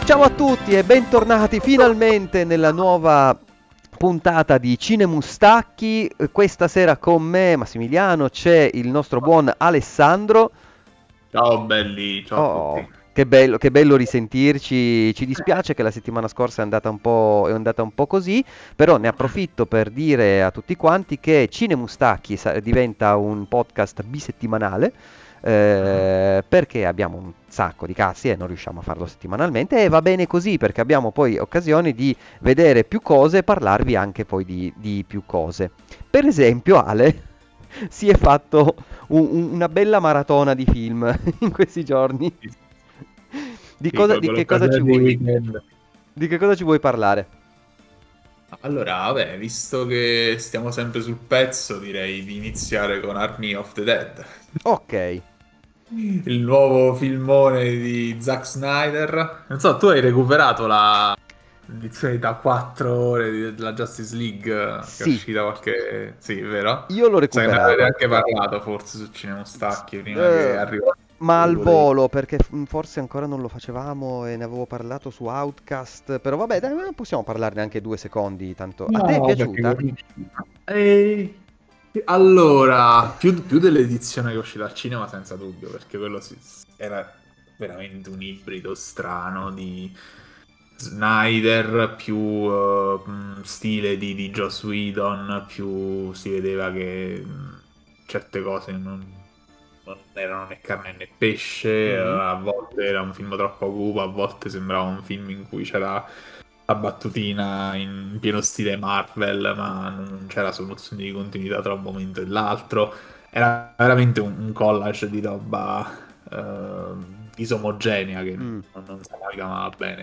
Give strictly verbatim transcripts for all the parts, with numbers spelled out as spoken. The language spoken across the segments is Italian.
Ciao a tutti e bentornati finalmente nella nuova puntata di Cinemustacchi. Questa sera con me, Massimiliano, c'è il nostro buon Alessandro. Ciao belli, ciao a Oh, tutti. che bello, che bello risentirci. Ci dispiace che la settimana scorsa è andata un po', è andata un po' così, però ne approfitto per dire a tutti quanti che Cinemustacchi sa- diventa un podcast bisettimanale. Eh, perché abbiamo un sacco di cazzi e non riusciamo a farlo settimanalmente e va bene così perché abbiamo poi occasioni di vedere più cose e parlarvi anche poi di, di più cose. Per esempio, Ale si è fatto un- un- una bella maratona di film in questi giorni. Di Sì, cosa, colgo di che cosa ci l'occasione di vuoi, weekend. di che cosa ci vuoi parlare? Allora, vabbè, visto che stiamo sempre sul pezzo, direi di iniziare con Army of the Dead, Ok. il nuovo filmone di Zack Snyder. Non so, tu hai recuperato la edizione da quattro ore di- della Justice League eh, che è Sì, uscita qualche... Sì, vero? io l'ho Sai, me ne avete recuperato. anche parlato forse su Cinema S- Stacchi prima che eh, arrivasse ma al pure io. volo, perché f- forse ancora non lo facevamo e ne avevo parlato su Outcast, però vabbè, dai, eh, possiamo parlarne anche due secondi, tanto. A te è No, perché piaciuta? così. E... Allora, più, più dell'edizione che è uscita al cinema, senza dubbio, perché quello si- era veramente un ibrido strano di Snyder più eh, mh, stile di, di Joss Whedon, più si vedeva che mh, certe cose non, non erano né carne né pesce, eh, Mhm. a volte era un film troppo cupo, a volte sembrava un film in cui c'era la battutina in pieno stile Marvel, ma non c'era soluzione di continuità tra un momento e l'altro. Era veramente un, un collage di roba eh, disomogenea che Mm. non, non si amalgamava bene.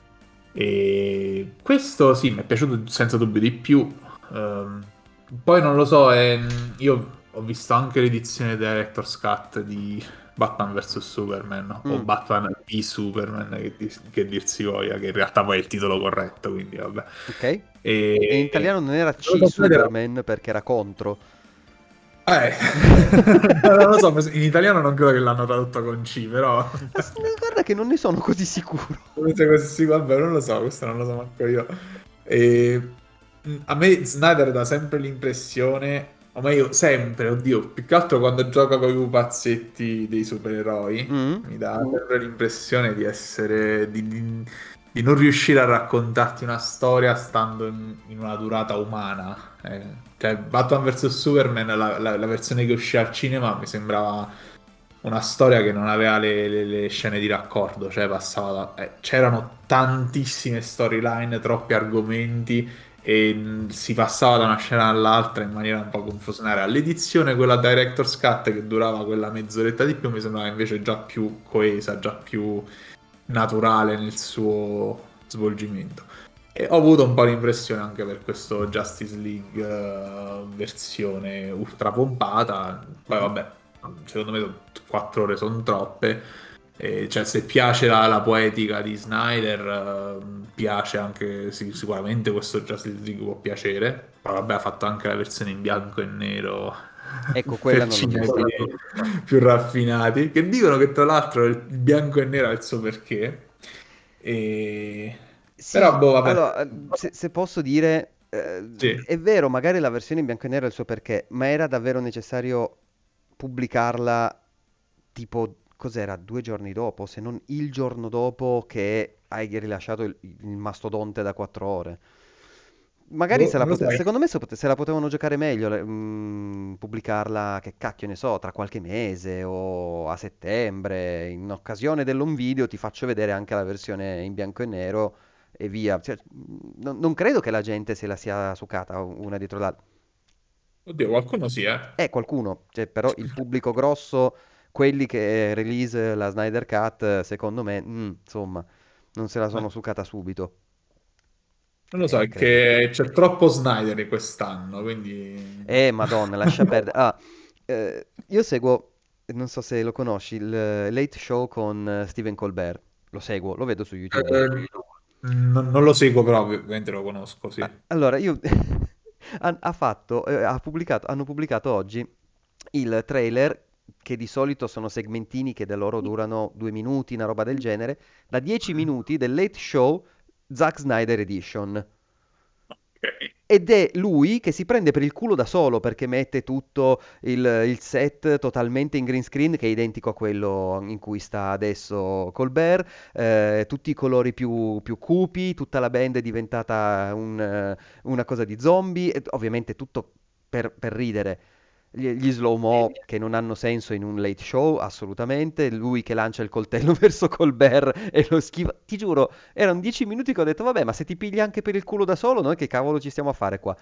E questo sì, mi è piaciuto senza dubbio di più. Ehm, poi non lo so, ehm, io ho visto anche l'edizione Director's Cut di Batman vs Superman o Mm. Batman v Superman, che, di- che dir si voglia, che in realtà poi è il titolo corretto, quindi vabbè. Ok. E in E italiano non era non C lo so, però- Superman perché era contro. eh, non lo so, in italiano non credo che l'hanno tradotto con C, però As- Guarda che non ne sono così sicuro. come se così, vabbè, non lo so, questo non lo so manco io. E, mh, a me Snyder dà sempre l'impressione, o meglio, sempre, oddio, più che altro quando gioca con i pupazzetti dei supereroi, Mm. mi dà sempre l'impressione di essere, di, di- di non riuscire a raccontarti una storia stando in, in una durata umana. Eh, cioè, Batman vs Superman, la, la- la versione che uscì al cinema, mi sembrava una storia che non aveva le, le- le scene di raccordo, cioè passava da- eh, c'erano tantissime storyline, troppi argomenti e mh, si passava da una scena all'altra in maniera un po' confusionaria. L'edizione, quella Director's Cut, che durava quella mezz'oretta di più, mi sembrava invece già più coesa, già più naturale nel suo svolgimento. E ho avuto un po' l'impressione anche per questo Justice League eh, versione ultra pompata. Poi Mhm. vabbè, secondo me quattro ore sono troppe. E, cioè, se piace la, la poetica di Snyder, eh, piace anche sì, sicuramente questo Justice League può piacere. Poi vabbè, ha fatto anche la versione in bianco e nero Ecco, quella per non l'ho cinesi vista. più raffinati, che dicono che tra l'altro il bianco e nero ha il suo perché. E... Però, Sì, boh, vabbè. allora, eh, se, se posso dire, eh, Sì. è vero, magari la versione in bianco e nero ha il suo perché, ma era davvero necessario pubblicarla tipo, cos'era, due giorni dopo, se non il giorno dopo che hai rilasciato il, il mastodonte da quattro ore. Magari Boh, se la non lo pote- sai. secondo me se, pote- se la potevano giocare meglio, le- mm, pubblicarla, che cacchio ne so, tra qualche mese o a settembre, in occasione dell'home video ti faccio vedere anche la versione in bianco e nero e via. Cioè, mm, non, non credo che la gente se la sia sucata una dietro l'altra. Oddio, qualcuno sì, eh. È qualcuno, cioè, però il pubblico grosso, quelli che release la Snyder Cut, secondo me, mm, insomma, non se la sono Eh, sucata subito. Non lo so, Eh, è credo. che c'è troppo Snyder quest'anno, quindi... Eh, Madonna, lascia perdere. Ah, eh, io seguo, non so se lo conosci, il eh, Late Show con eh, Stephen Colbert. Lo seguo, lo vedo su YouTube. Eh, non, non lo seguo, però ovviamente lo conosco, sì. Ah, allora, io ha, ha fatto, eh, ha pubblicato, hanno pubblicato oggi il trailer che di solito sono segmentini che da loro durano due minuti, una roba del genere, da dieci minuti del Late Show Zack Snyder Edition. Ok. Ed è lui che si prende per il culo da solo perché mette tutto il, il set totalmente in green screen che è identico a quello in cui sta adesso Colbert, eh, tutti i colori più, più cupi, tutta la band è diventata un, eh, una cosa di zombie, e ovviamente tutto per, per ridere. Gli, gli slow-mo che non hanno senso in un late show, assolutamente. Lui che lancia il coltello verso Colbert e lo schiva. Ti giuro, erano dieci minuti che ho detto, vabbè, ma se ti pigli anche per il culo da solo, noi che cavolo ci stiamo a fare qua?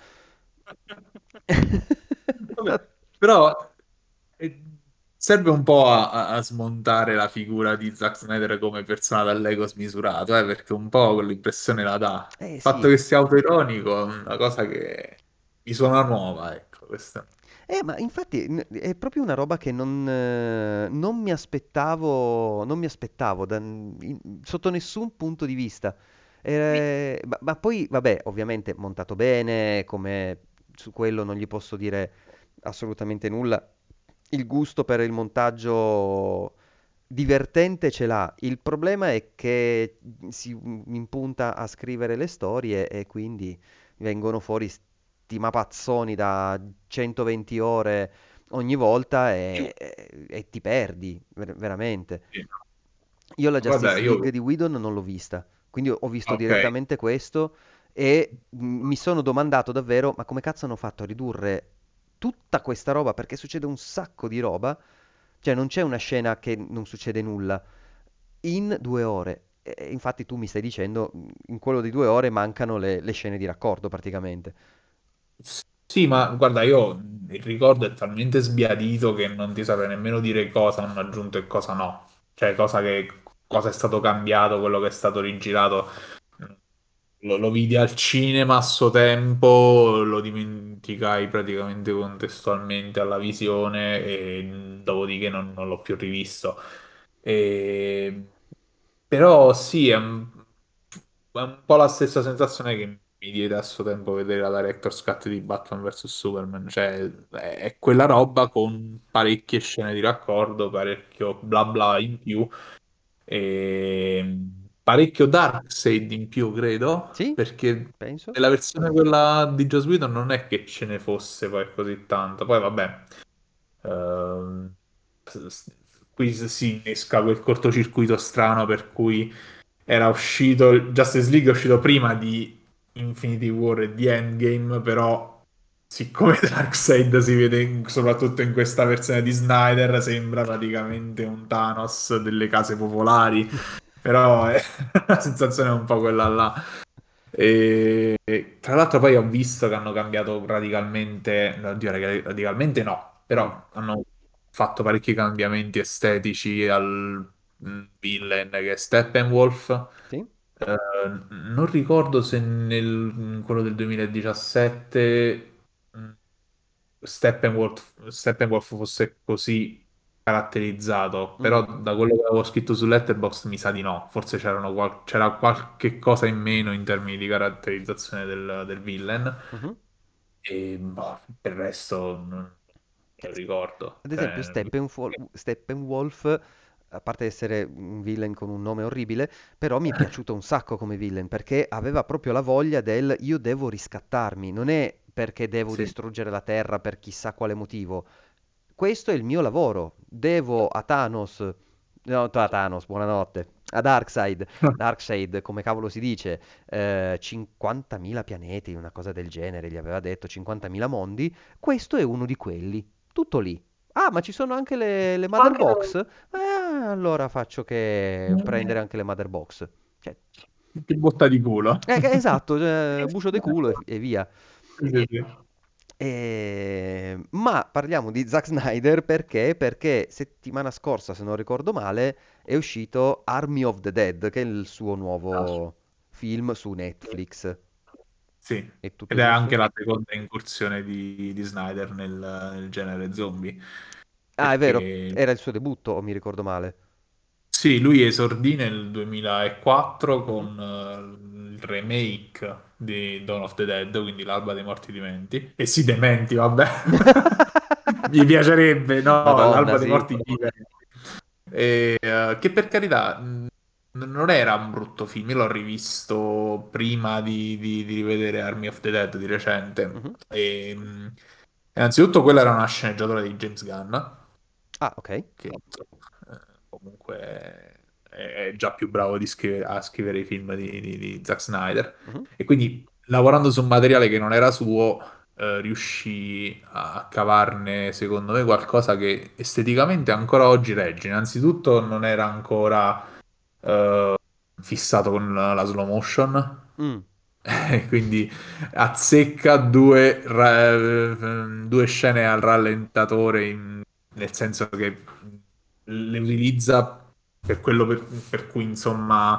Vabbè, però eh, serve un po' a, a- a smontare la figura di Zack Snyder come persona dall'ego smisurato, eh, perché un po' quell'impressione la dà. Eh Il fatto sì, che sia autoironico è una cosa che mi suona nuova, ecco, questa. eh, ma infatti n- è proprio una roba che non, eh, non mi aspettavo, non mi aspettavo da- in- sotto nessun punto di vista. Eh, ma, ma poi, vabbè, ovviamente montato bene, come su quello non gli posso dire assolutamente nulla. Il gusto per il montaggio divertente ce l'ha. Il problema è che si impunta a scrivere le storie e quindi vengono fuori sti mapazzoni da centoventi ore ogni volta e, e- e ti perdi, ver- veramente. Sì. Io la Guarda, Justice io... League di Whedon non l'ho vista, quindi ho visto Ok. direttamente questo e mm, mi sono domandato davvero, ma come cazzo hanno fatto a ridurre tutta questa roba? Perché succede un sacco di roba, cioè non c'è una scena che non succede nulla, in due ore. E e infatti tu mi stai dicendo, mm, in quello di due ore mancano le, le scene di raccordo praticamente. Sì, ma guarda, io il ricordo è talmente sbiadito che non ti saprei nemmeno dire cosa hanno aggiunto e cosa no. Cioè, cosa che, cosa è stato cambiato, quello che è stato rigirato. Lo, lo vidi al cinema a suo tempo, lo dimenticai praticamente contestualmente alla visione e dopodiché non, non l'ho più rivisto. E- Però sì, è un, è un po' la stessa sensazione che mi diede a suo tempo vedere la Director's Cut di Batman versus Superman, cioè è, è quella roba con parecchie scene di raccordo, parecchio bla bla in più e parecchio Darkseid in più, credo, Sì, perché penso. nella versione quella di Joss Whedon non è che ce ne fosse poi così tanto. Poi vabbè, ehm, s- s- qui si innesca quel cortocircuito strano per cui era uscito, Justice League è uscito prima di Infinity War e di Endgame, però siccome Darkseid si vede in- soprattutto in questa versione di Snyder, sembra praticamente un Thanos delle case popolari, però eh, la sensazione è un po' quella là. E e tra l'altro poi ho visto che hanno cambiato radicalmente, no, oddio, rag- radicalmente no, Mm, però hanno fatto parecchi cambiamenti estetici al mm, villain che è Steppenwolf. sì? Eh, non ricordo se nel, in quello del duemiladiciassette mm, Steppenwolf, Steppenwolf fosse così caratterizzato, Mhm, però da quello che avevo scritto su Letterboxd mi sa di no, forse c'erano qual- c'era qualche cosa in meno in termini di caratterizzazione del, del villain mhm. e boh, per il resto non Cioè, non ricordo. ad esempio, Cioè, Steppenwolf, Steppenwolf, a parte essere un villain con un nome orribile, però mi è piaciuto un sacco come villain perché aveva proprio la voglia del io devo riscattarmi, non è perché devo sì. distruggere la Terra per chissà quale motivo. Questo è il mio lavoro. Devo a Thanos, no, a Thanos, buonanotte, a Darkseid, Darkseid, come cavolo si dice, eh, cinquantamila pianeti, una cosa del genere, gli aveva detto cinquantamila mondi. Questo è uno di quelli, tutto lì. Ah, ma ci sono anche le, le Mother Box? Eh, allora faccio che prendere anche le Mother Box. Cioè, Che botta di culo. eh, che- esatto, cioè, bucio de culo e, e via. Sì, sì, sì. Eh, ma parliamo di Zack Snyder perché? Perché settimana scorsa, se non ricordo male, è uscito Army of the Dead, che è il suo nuovo film su Netflix. Sì, È tutto ed è anche giusto? la seconda incursione di, di Snyder nel, nel genere zombie, Ah, è vero, perché era il suo debutto, o mi ricordo male. sì, lui esordì nel duemilaquattro Mhm. con eh, il remake di Dawn of the Dead, quindi l'Alba dei Morti Viventi, e si dementi, vabbè. Mi piacerebbe, no, Madonna, l'alba dei sì. morti viventi. E, eh, che per carità mh, non era un brutto film, io l'ho rivisto prima di, di- di rivedere Army of the Dead di recente. Mhm. E, mh, innanzitutto quella era una sceneggiatura di James Gunn, Ah, ok. che eh, comunque è, è già più bravo di scrivere- a scrivere i film di, di, di Zack Snyder. Mhm. E quindi lavorando su un materiale che non era suo, eh, riuscì a cavarne, secondo me, qualcosa che esteticamente ancora oggi regge. Innanzitutto non era ancora eh, fissato con la, la slow motion, Mm. e quindi azzecca due, ra- eh, due scene al rallentatore, in- nel senso che le utilizza per quello per, per cui, insomma,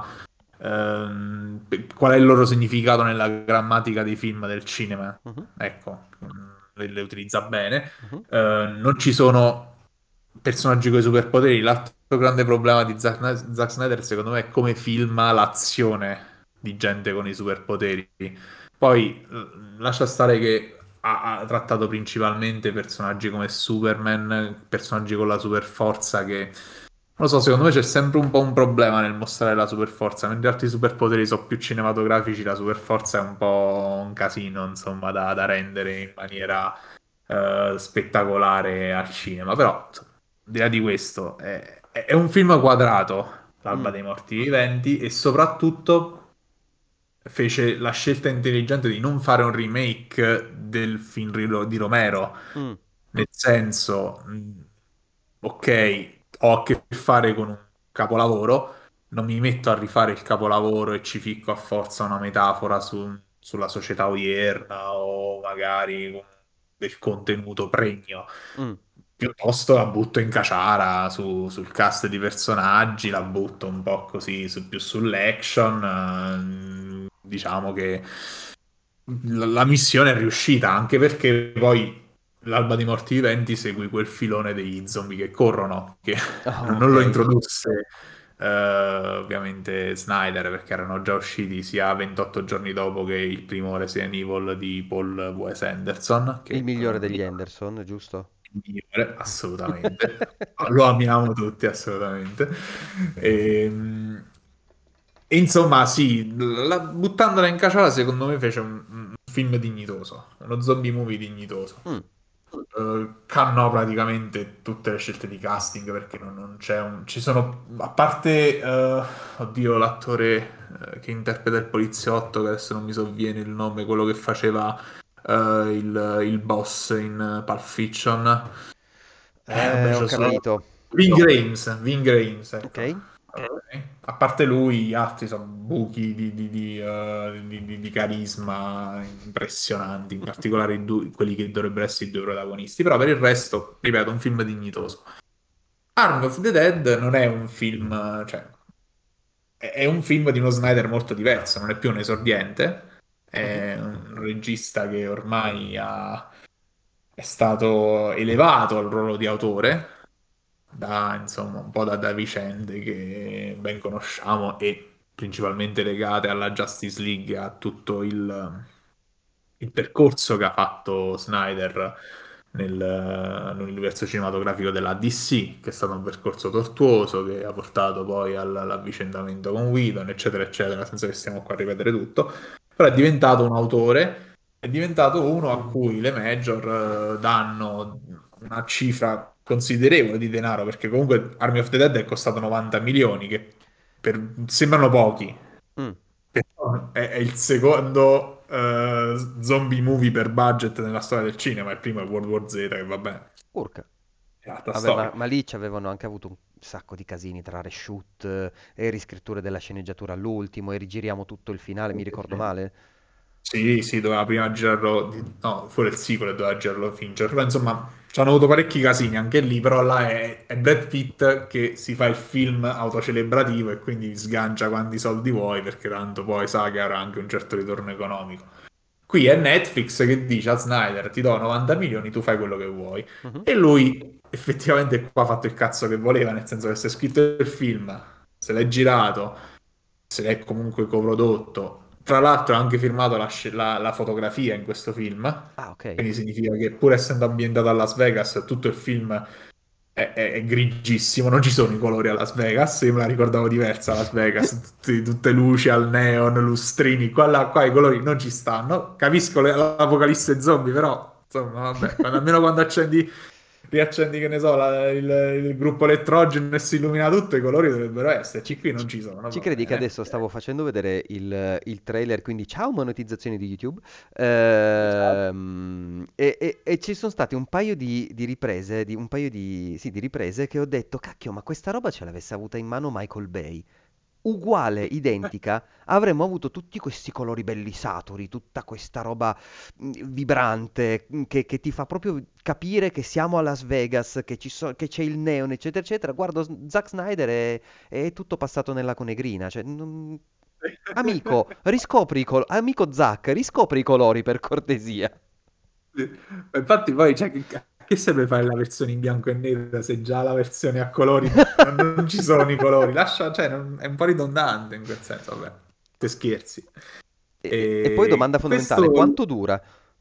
ehm, per- qual è il loro significato nella grammatica dei film del cinema. Mhm. Ecco, mm, le, le utilizza bene. Mhm. Eh, non ci sono personaggi con i superpoteri. L'altro grande problema di Zack, Zack Snyder, secondo me, è come filma l'azione di gente con i superpoteri. Poi eh, lascia stare che ha, ha trattato principalmente personaggi come Superman, personaggi con la superforza che... Non lo so, secondo me c'è sempre un po' un problema nel mostrare la superforza, mentre altri superpoteri sono più cinematografici, la superforza è un po' un casino, insomma, da, da rendere in maniera eh, spettacolare al cinema. Però, insomma, al di là di questo, è, è un film quadrato, L'Alba Mm. dei Morti Viventi, e soprattutto fece la scelta intelligente di non fare un remake del film ri- di Romero, Mm. nel senso, mh, ok, ho a che fare con un capolavoro, non mi metto a rifare il capolavoro e ci ficco a forza una metafora su- sulla società odierna o magari con del contenuto pregno. Mm. Piuttosto la butto in caciara su- sul cast di personaggi, la butto un po' così su- più sull'action. ehm, Diciamo che la, la missione è riuscita, anche perché poi l'Alba dei Morti Viventi segue quel filone degli zombie che corrono, che Ah, non lo ok. introdusse eh, ovviamente Snyder, perché erano già usciti sia ventotto giorni dopo che il primo Resident Evil di Paul W S. Anderson, Il che migliore eh, degli Anderson, giusto? il migliore, assolutamente. Lo amiamo tutti, assolutamente. Ehm, E, insomma, sì, la- buttandola in caciara, secondo me fece un, un film dignitoso, uno zombie movie dignitoso. Mm. Eh, cannò praticamente tutte le scelte di casting perché non, non c'è un... Ci sono, a parte, eh, oddio, l'attore eh, che interpreta il poliziotto, che adesso non mi sovviene il nome, quello che faceva eh, il, il boss in Pulp Fiction. Eh, vabbè, Eh, ho c'è solo... capito. Vin Grames, Vin Grames, Ok. ecco. Ok. A parte lui, gli altri sono buchi di, di- di, eh, di- di- di carisma impressionanti, in particolare i due- quelli che dovrebbero essere i due protagonisti. Però per il resto, ripeto, un film dignitoso. Army of the Dead non è un film, cioè, è è un film di uno Snyder molto diverso, non è più un esordiente, Mhm. è un regista che ormai ha- è stato elevato al ruolo di autore da, insomma, un po' da, da vicende che ben conosciamo e principalmente legate alla Justice League, a tutto il, il percorso che ha fatto Snyder nel- nell'universo cinematografico della D C, che è stato un percorso tortuoso che ha portato poi al- all'avvicendamento con Whedon, eccetera, eccetera, senza che stiamo qua a ripetere tutto. Però è diventato un autore, è diventato uno a cui le major eh, danno una cifra considerevole di denaro, perché comunque Army of the Dead è costato novanta milioni, che per- sembrano pochi, Mm. però è, è il secondo eh, zombie movie per budget nella storia del cinema. Il primo è World War Z, che vabbè, Urca. è altra Vabbè, ma, storia. ma lì ci avevano anche avuto un sacco di casini tra reshoot eh, e riscritture della sceneggiatura all'ultimo e rigiriamo tutto il finale, mi ricordo male? Sì, sì, doveva prima girarlo, no, fuori il sequel e doveva girarlo Fincher, però insomma ci hanno avuto parecchi casini anche lì, però là è, è Brad Pitt che si fa il film autocelebrativo e quindi sgancia quanti soldi vuoi perché tanto poi sa che avrà anche un certo ritorno economico. Qui è Netflix che dice a Snyder ti do novanta milioni, tu fai quello che vuoi. Mhm. E lui effettivamente qua ha fatto il cazzo che voleva, nel senso che si è scritto il film, se l'è girato, se l'è comunque coprodotto, tra l'altro ha anche firmato la, sc- la- la fotografia in questo film, Ah, ok. quindi significa che pur essendo ambientato a Las Vegas, tutto il film è, è- è grigissimo, non ci sono i colori a Las Vegas, io me la ricordavo diversa a Las Vegas, tutti- tutte luci al neon, lustrini, qua, là, qua i colori non ci stanno, capisco le- l'apocalisse zombie, però insomma vabbè, quando- almeno quando accendi, riaccendi che ne so, la- il, il gruppo elettrogeno e si illumina tutto, i colori dovrebbero esserci, Ci, qui non ci- ci sono, ci va credi che bene. adesso stavo facendo vedere il, il trailer, quindi ciao monetizzazione di YouTube, Esatto. ehm, e, e- e ci sono state un paio di, di riprese, di, un paio di, sì, di riprese che ho detto, cacchio, ma questa roba ce l'avesse avuta in mano Michael Bay. Uguale, identica, avremmo avuto tutti questi colori belli saturi, tutta questa roba mh, vibrante, mh, che, che ti fa proprio capire che siamo a Las Vegas, che, ci so- che c'è il neon, eccetera, eccetera. Guardo S- Zack Snyder e è tutto passato nella conegrina. Cioè, non- amico, riscopri i colori. Amico Zack, riscopri i colori per cortesia. Sì. Infatti poi cioè, che, che serve fare la versione in bianco e nero se già la versione a colori non, non ci sono i colori? Lascia, cioè, non- è un po' ridondante in quel senso, vabbè, te scherzi. E, e- e poi domanda E fondamentale, questo quanto dura?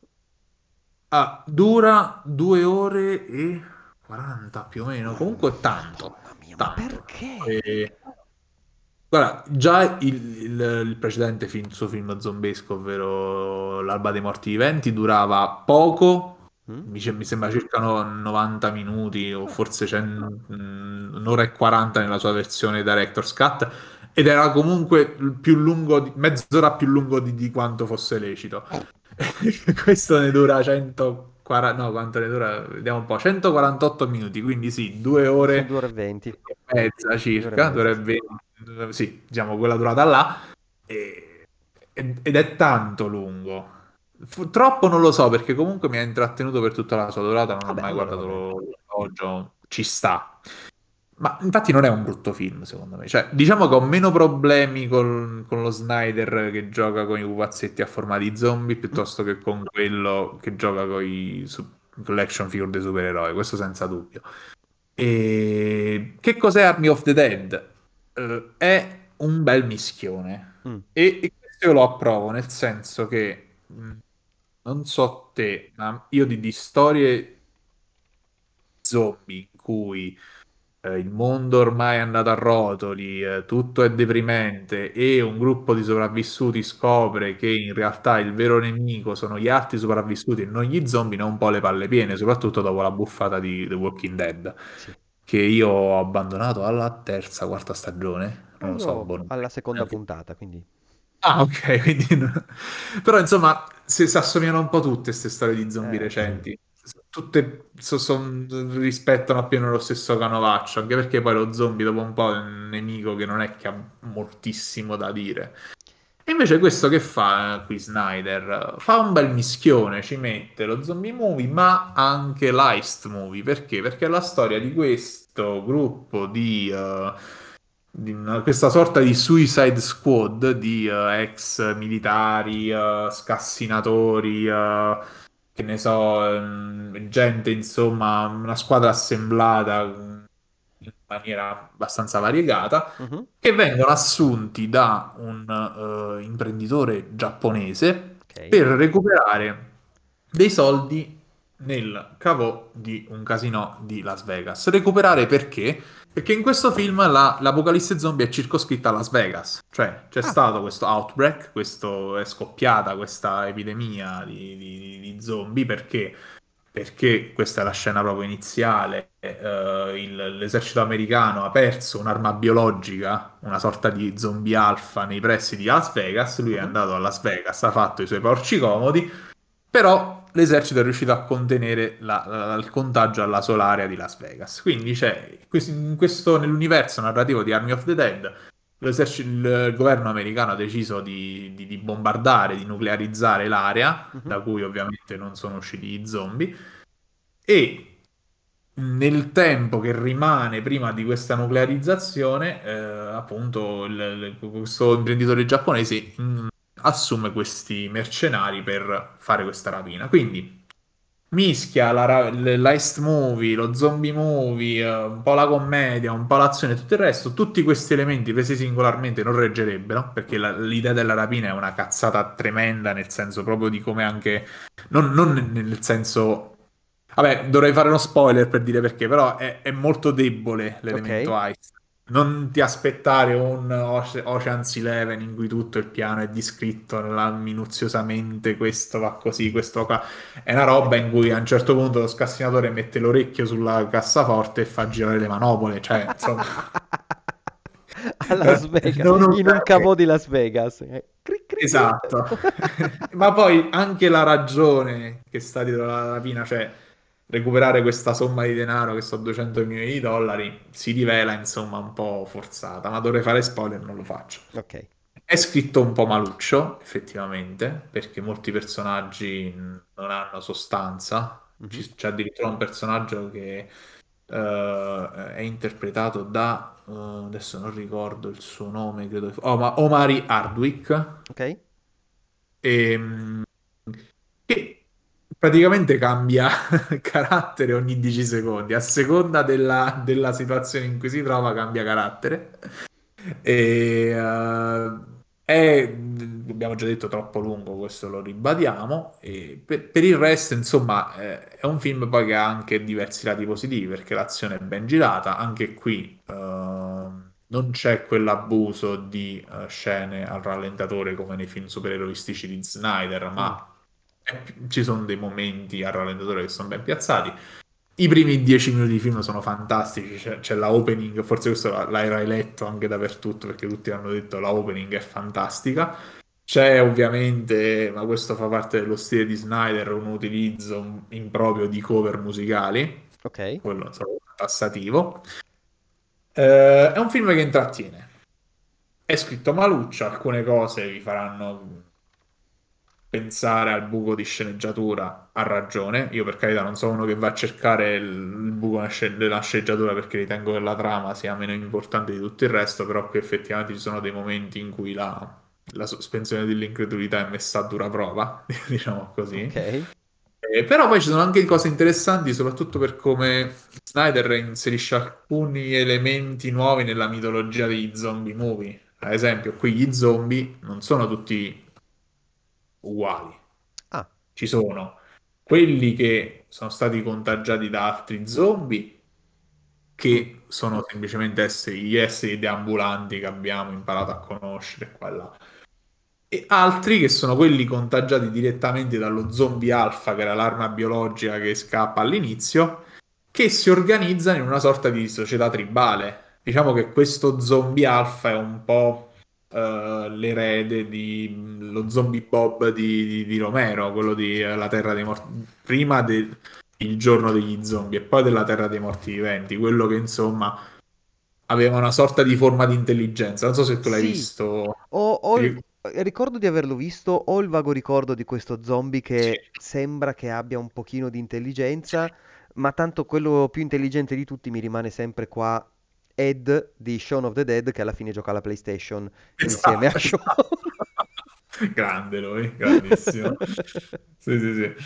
ah, dura due ore e quaranta più o meno, comunque tanto, Madonna mia, ma tanto. perché? E, guarda, già il, il- il precedente film, suo film zombesco, ovvero L'alba dei morti viventi, durava poco, Mm? mi, ce- mi sembra circa no- novanta minuti o forse cento mm, un'ora e quaranta nella sua versione Director's Cut, ed era comunque più lungo, di- mezz'ora più lungo di, di quanto fosse lecito. Questo ne dura centoquaranta, no, quanto ne dura? Vediamo un po', centoquarantotto minuti, quindi sì, due ore due ore e venti. e mezza due ore e circa, mezza, sì. dovrebbe, sì, diciamo quella durata là, e- ed è tanto lungo. Fu- troppo non lo so, perché comunque mi ha intrattenuto per tutta la sua durata, non ho Vabbè, mai allora va guardato bene. l'orologio, ci sta. Ma infatti non è un brutto film, secondo me. Cioè, diciamo che ho meno problemi col- con lo Snyder che gioca con i pupazzetti a forma di zombie piuttosto che con quello che gioca con, i, su- con l'action figure dei supereroi, questo senza dubbio. E che cos'è Army of the Dead? Eh, è un bel mischione. Mm. E, e questo io lo approvo, nel senso che mh, non so te, ma io di, di storie zombie in cui eh, il mondo ormai è andato a rotoli, eh, tutto è deprimente e un gruppo di sopravvissuti scopre che in realtà il vero nemico sono gli altri sopravvissuti e non gli zombie, ne ho un po' le palle piene, soprattutto dopo la buffata di The Walking Dead, Sì. che io ho abbandonato alla terza, quarta stagione, Eh, non lo so, io boh, non- alla seconda puntata, quindi... Ah, ok, quindi... no. Però insomma, si, si assomigliano un po' tutte queste storie di zombie Eh, sì. recenti. Tutte so- son- rispettano appieno lo stesso canovaccio, anche perché poi lo zombie dopo un po' è un nemico che non è che ha moltissimo da dire. E invece questo che fa eh, qui Snyder? Fa un bel mischione, ci mette lo zombie movie, ma anche l'heist movie. Perché? Perché è la storia di questo gruppo di, eh, di una- questa sorta di Suicide Squad di eh, ex militari, eh, scassinatori, eh, che ne so, ehm, gente, insomma, una squadra assemblata mm, in maniera abbastanza variegata Mhm. che vengono assunti da un eh, imprenditore giapponese Ok. per recuperare dei soldi nel cavo di un casino di Las Vegas. Recuperare perché? Perché in questo film la- l'apocalisse zombie è circoscritta a Las Vegas, cioè c'è Ah, stato questo outbreak, questo, è scoppiata questa epidemia di, di- di zombie perché perché questa è la scena proprio iniziale, eh, il- l'esercito americano ha perso un'arma biologica, una sorta di zombie alfa nei pressi di Las Vegas, lui è mhm. andato a Las Vegas, ha fatto i suoi porci comodi, però l'esercito è riuscito a contenere la- la- il contagio alla solarea di Las Vegas. Quindi c'è quest- in questo, nell'universo narrativo di Army of the Dead, l'esercito- il governo americano ha deciso di, di- di bombardare, di nuclearizzare l'area, Mhm. da cui ovviamente non sono usciti gli zombie, e nel tempo che rimane prima di questa nuclearizzazione, eh, appunto, il- il- questo imprenditore giapponese mm, assume questi mercenari per fare questa rapina. Quindi mischia la, ra- l- l'heist movie, lo zombie movie, eh, un po' la commedia, un po' l'azione e tutto il resto, tutti questi elementi presi singolarmente non reggerebbero, perché la- l'idea della rapina è una cazzata tremenda, nel senso proprio di come anche... Non, non nel senso... Vabbè, dovrei fare uno spoiler per dire perché, però è, è molto debole l'elemento Ok. heist. Non ti aspettare un Oce- Ocean's Eleven in cui tutto il piano è descritto nella- minuziosamente, questo va così, questo va qua. È una roba in cui a un certo punto lo scassinatore mette l'orecchio sulla cassaforte e fa girare le manopole, cioè, insomma, A Las Vegas, non un in un granché. cavo di Las Vegas. Eh, cric, cric, cric. Esatto. Ma poi anche la ragione che sta dietro la rapina, cioè recuperare questa somma di denaro, che sono duecento milioni di dollari, si rivela insomma un po' forzata, ma dovrei fare spoiler, non lo faccio. Ok. È scritto un po' maluccio, effettivamente, perché molti personaggi non hanno sostanza. Mhm. Ci- C'è addirittura un personaggio che eh, è interpretato da, eh, adesso non ricordo il suo nome, credo, oh, ma Omari Hardwick, Ok. ehm, che praticamente cambia carattere ogni dieci secondi, a seconda della, della situazione in cui si trova, cambia carattere. E, eh, è, abbiamo già detto, troppo lungo, questo lo ribadiamo. E per, per il resto, insomma, eh, è un film poi che ha anche diversi lati positivi, perché l'azione è ben girata, anche qui eh, non c'è quell'abuso di eh, scene al rallentatore come nei film supereroistici di Snyder, Mm. ma è- ci sono dei momenti al rallentatore che sono ben piazzati. I primi dieci minuti di film sono fantastici, c'è, c'è la opening, forse questo l- l'hai letto anche dappertutto perché tutti hanno detto la opening è fantastica. C'è ovviamente, ma questo fa parte dello stile di Snyder, un utilizzo improprio di cover musicali, Ok. quello insomma, tassativo. Eh, è un film che intrattiene. È scritto maluccio, alcune cose vi faranno pensare al buco di sceneggiatura, ha ragione. Io per carità non sono uno che va a cercare il, il buco nella sce- della sceneggiatura perché ritengo che la trama sia meno importante di tutto il resto, però qui effettivamente ci sono dei momenti in cui la, la sospensione dell'incredulità è messa a dura prova, diciamo così. Ok. Eh, però poi ci sono anche cose interessanti, soprattutto per come Snyder inserisce alcuni elementi nuovi nella mitologia degli zombie movie. Ad esempio, qui gli zombie non sono tutti uguali. Ah. Ci sono quelli che sono stati contagiati da altri zombie, Mm. che sono semplicemente esseri, gli esseri deambulanti che abbiamo imparato a conoscere qua e là. E altri che sono quelli contagiati direttamente dallo zombie alfa, che era l'arma biologica che scappa all'inizio, che si organizzano in una sorta di società tribale. Diciamo che questo zombie alfa è un po' eh, l'erede di mm, lo zombie Bob di, di- di Romero, quello di eh, La Terra dei Morti, prima del il giorno degli zombie e poi della Terra dei Morti Viventi, quello che insomma aveva una sorta di forma di intelligenza. Non so se tu l'hai Sì, visto. ho, ho Ti il- ric- ricordo di averlo visto, ho il vago ricordo di questo zombie Sì. che sembra che abbia un pochino di intelligenza, ma tanto quello più intelligente di tutti mi rimane sempre qua Ed di Shaun of the Dead che alla fine gioca alla PlayStation insieme a Esatto, Shaun. esatto. Grande lui, grandissimo. Sì, sì, sì.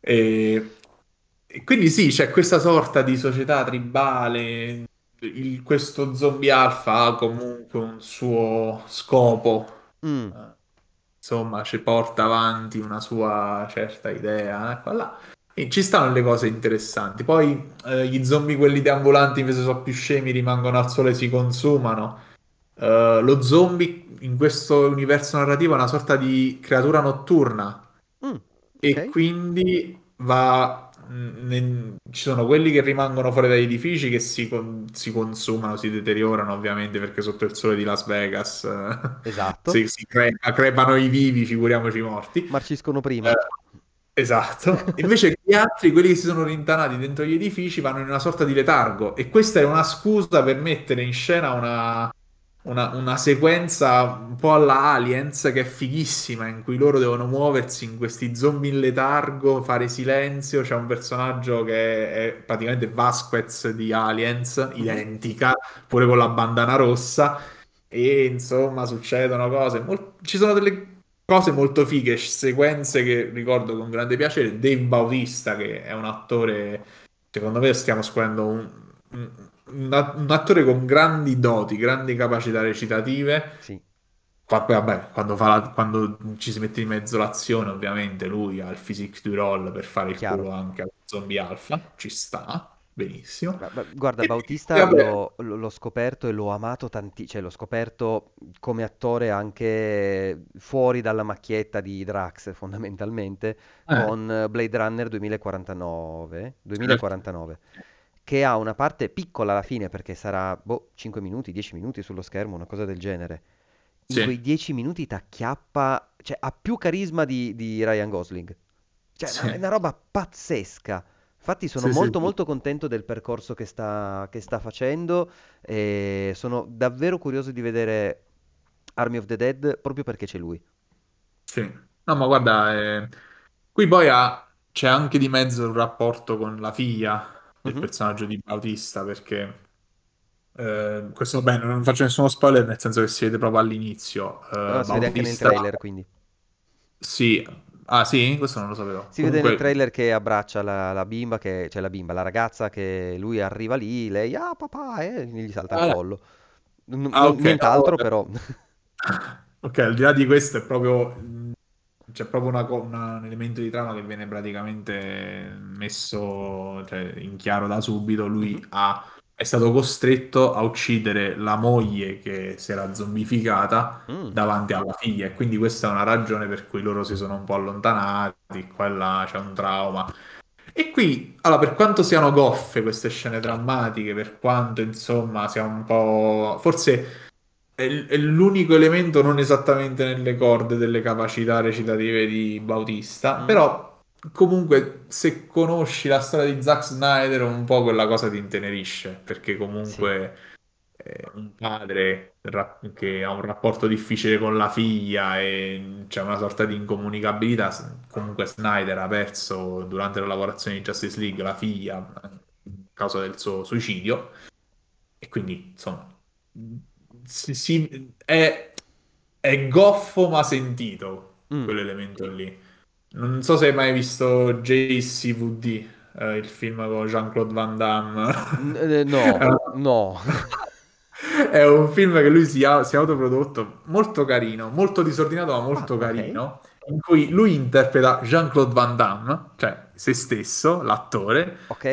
E, e quindi sì, c'è questa sorta di società tribale. Il- questo zombie alfa ha comunque un suo scopo. Mm, Eh, Insomma, ci porta avanti una sua certa idea. eh, qua e là. E ci stanno le cose interessanti. Poi eh, gli zombie, quelli deambulanti, invece sono più scemi, rimangono al sole e si consumano. Eh, lo zombie in questo universo narrativo è una sorta di creatura notturna mm, ok. e quindi va. mh, ne- ci sono quelli che rimangono fuori dagli edifici che si, con- si consumano, si deteriorano ovviamente perché sotto il sole di Las Vegas eh, Esatto. si, si cre- crepano i vivi, figuriamoci i morti. Marciscono prima. Eh, esatto. Invece gli altri, quelli che si sono rintanati dentro gli edifici, vanno in una sorta di letargo e questa è una scusa per mettere in scena una una, una sequenza un po' alla Aliens che è fighissima, in cui loro devono muoversi in questi zombie in letargo, fare silenzio. C'è un personaggio che è praticamente Vasquez di Aliens, Mhm. identica, pure con la bandana rossa. E insomma, succedono cose. mol- Ci sono delle. cose molto fighe, sequenze che ricordo con grande piacere. Dave Bautista, che è un attore, secondo me stiamo scoprendo un, un- un a- un attore con grandi doti, grandi capacità recitative. Sì, Qua- poi, vabbè, quando, fa la- quando ci si mette in mezzo l'azione, ovviamente lui ha il physique du role per fare il chiaro. culo anche al zombie alfa, ci sta, benissimo. Ma- ma guarda, E poi, Bautista vabbè, l'ho l'ho- l'ho scoperto e l'ho amato tanti, cioè l'ho scoperto come attore anche fuori dalla macchietta di Drax, fondamentalmente, eh, con eh, Blade Runner duemilaquarantanove, certo. duemilaquarantanove, che ha una parte piccola alla fine perché sarà, boh, cinque minuti, dieci minuti sullo schermo, una cosa del genere. In Sì, quei dieci minuti t'acchiappa, cioè ha più carisma di, di Ryan Gosling. Cioè, è una, è sì, una roba pazzesca. Infatti sono sì, sì, molto sì. molto contento del percorso che sta, che sta facendo e sono davvero curioso di vedere Army of the Dead proprio perché c'è lui. Sì. No, ma guarda, eh, qui poi ha- c'è anche di mezzo un rapporto con la figlia del Mhm. personaggio di Bautista, perché eh, questo, beh, non faccio nessuno spoiler, nel senso che si vede proprio all'inizio. No, eh, si vede anche nel Bautista, trailer, quindi. sì, ah sì, questo non lo sapevo. Si vede nel Comunque, trailer che abbraccia la, la bimba, che, cioè la bimba, la ragazza che lui arriva lì, lei, ah papà, e gli salta al ah, collo. N- ah, non- ok, no, nient'altro vabbè. però. Ok, al di là di questo è proprio mh, c'è proprio una co- una- un elemento di trama che viene praticamente messo, cioè, in chiaro da subito. Mhm. Lui ha, è stato costretto a uccidere la moglie che si era zombificata Mm, davanti alla figlia, e quindi questa è una ragione per cui loro si sono un po' allontanati. Qua e là c'è un trauma. E qui, allora, per quanto siano goffe queste scene drammatiche, per quanto insomma sia un po'. Forse è, l- è l'unico elemento non esattamente nelle corde delle capacità recitative di Bautista, mm, però comunque se conosci la storia di Zack Snyder un po' quella cosa ti intenerisce, perché sì, comunque è un padre ra- che ha un rapporto difficile con la figlia e c'è una sorta di incomunicabilità. S- Comunque Snyder ha perso durante la lavorazione di Justice League la figlia a causa del suo suicidio, e quindi insomma si- si- è, è goffo ma sentito mm. quell'elemento lì. Non so se hai mai visto J C V D, eh, il film con Jean-Claude Van Damme. N- eh, no, no. È un film che lui si ha, si è autoprodotto, molto carino, molto disordinato ma Ah, molto ok, carino, in cui lui interpreta Jean-Claude Van Damme, cioè se stesso, l'attore, ok.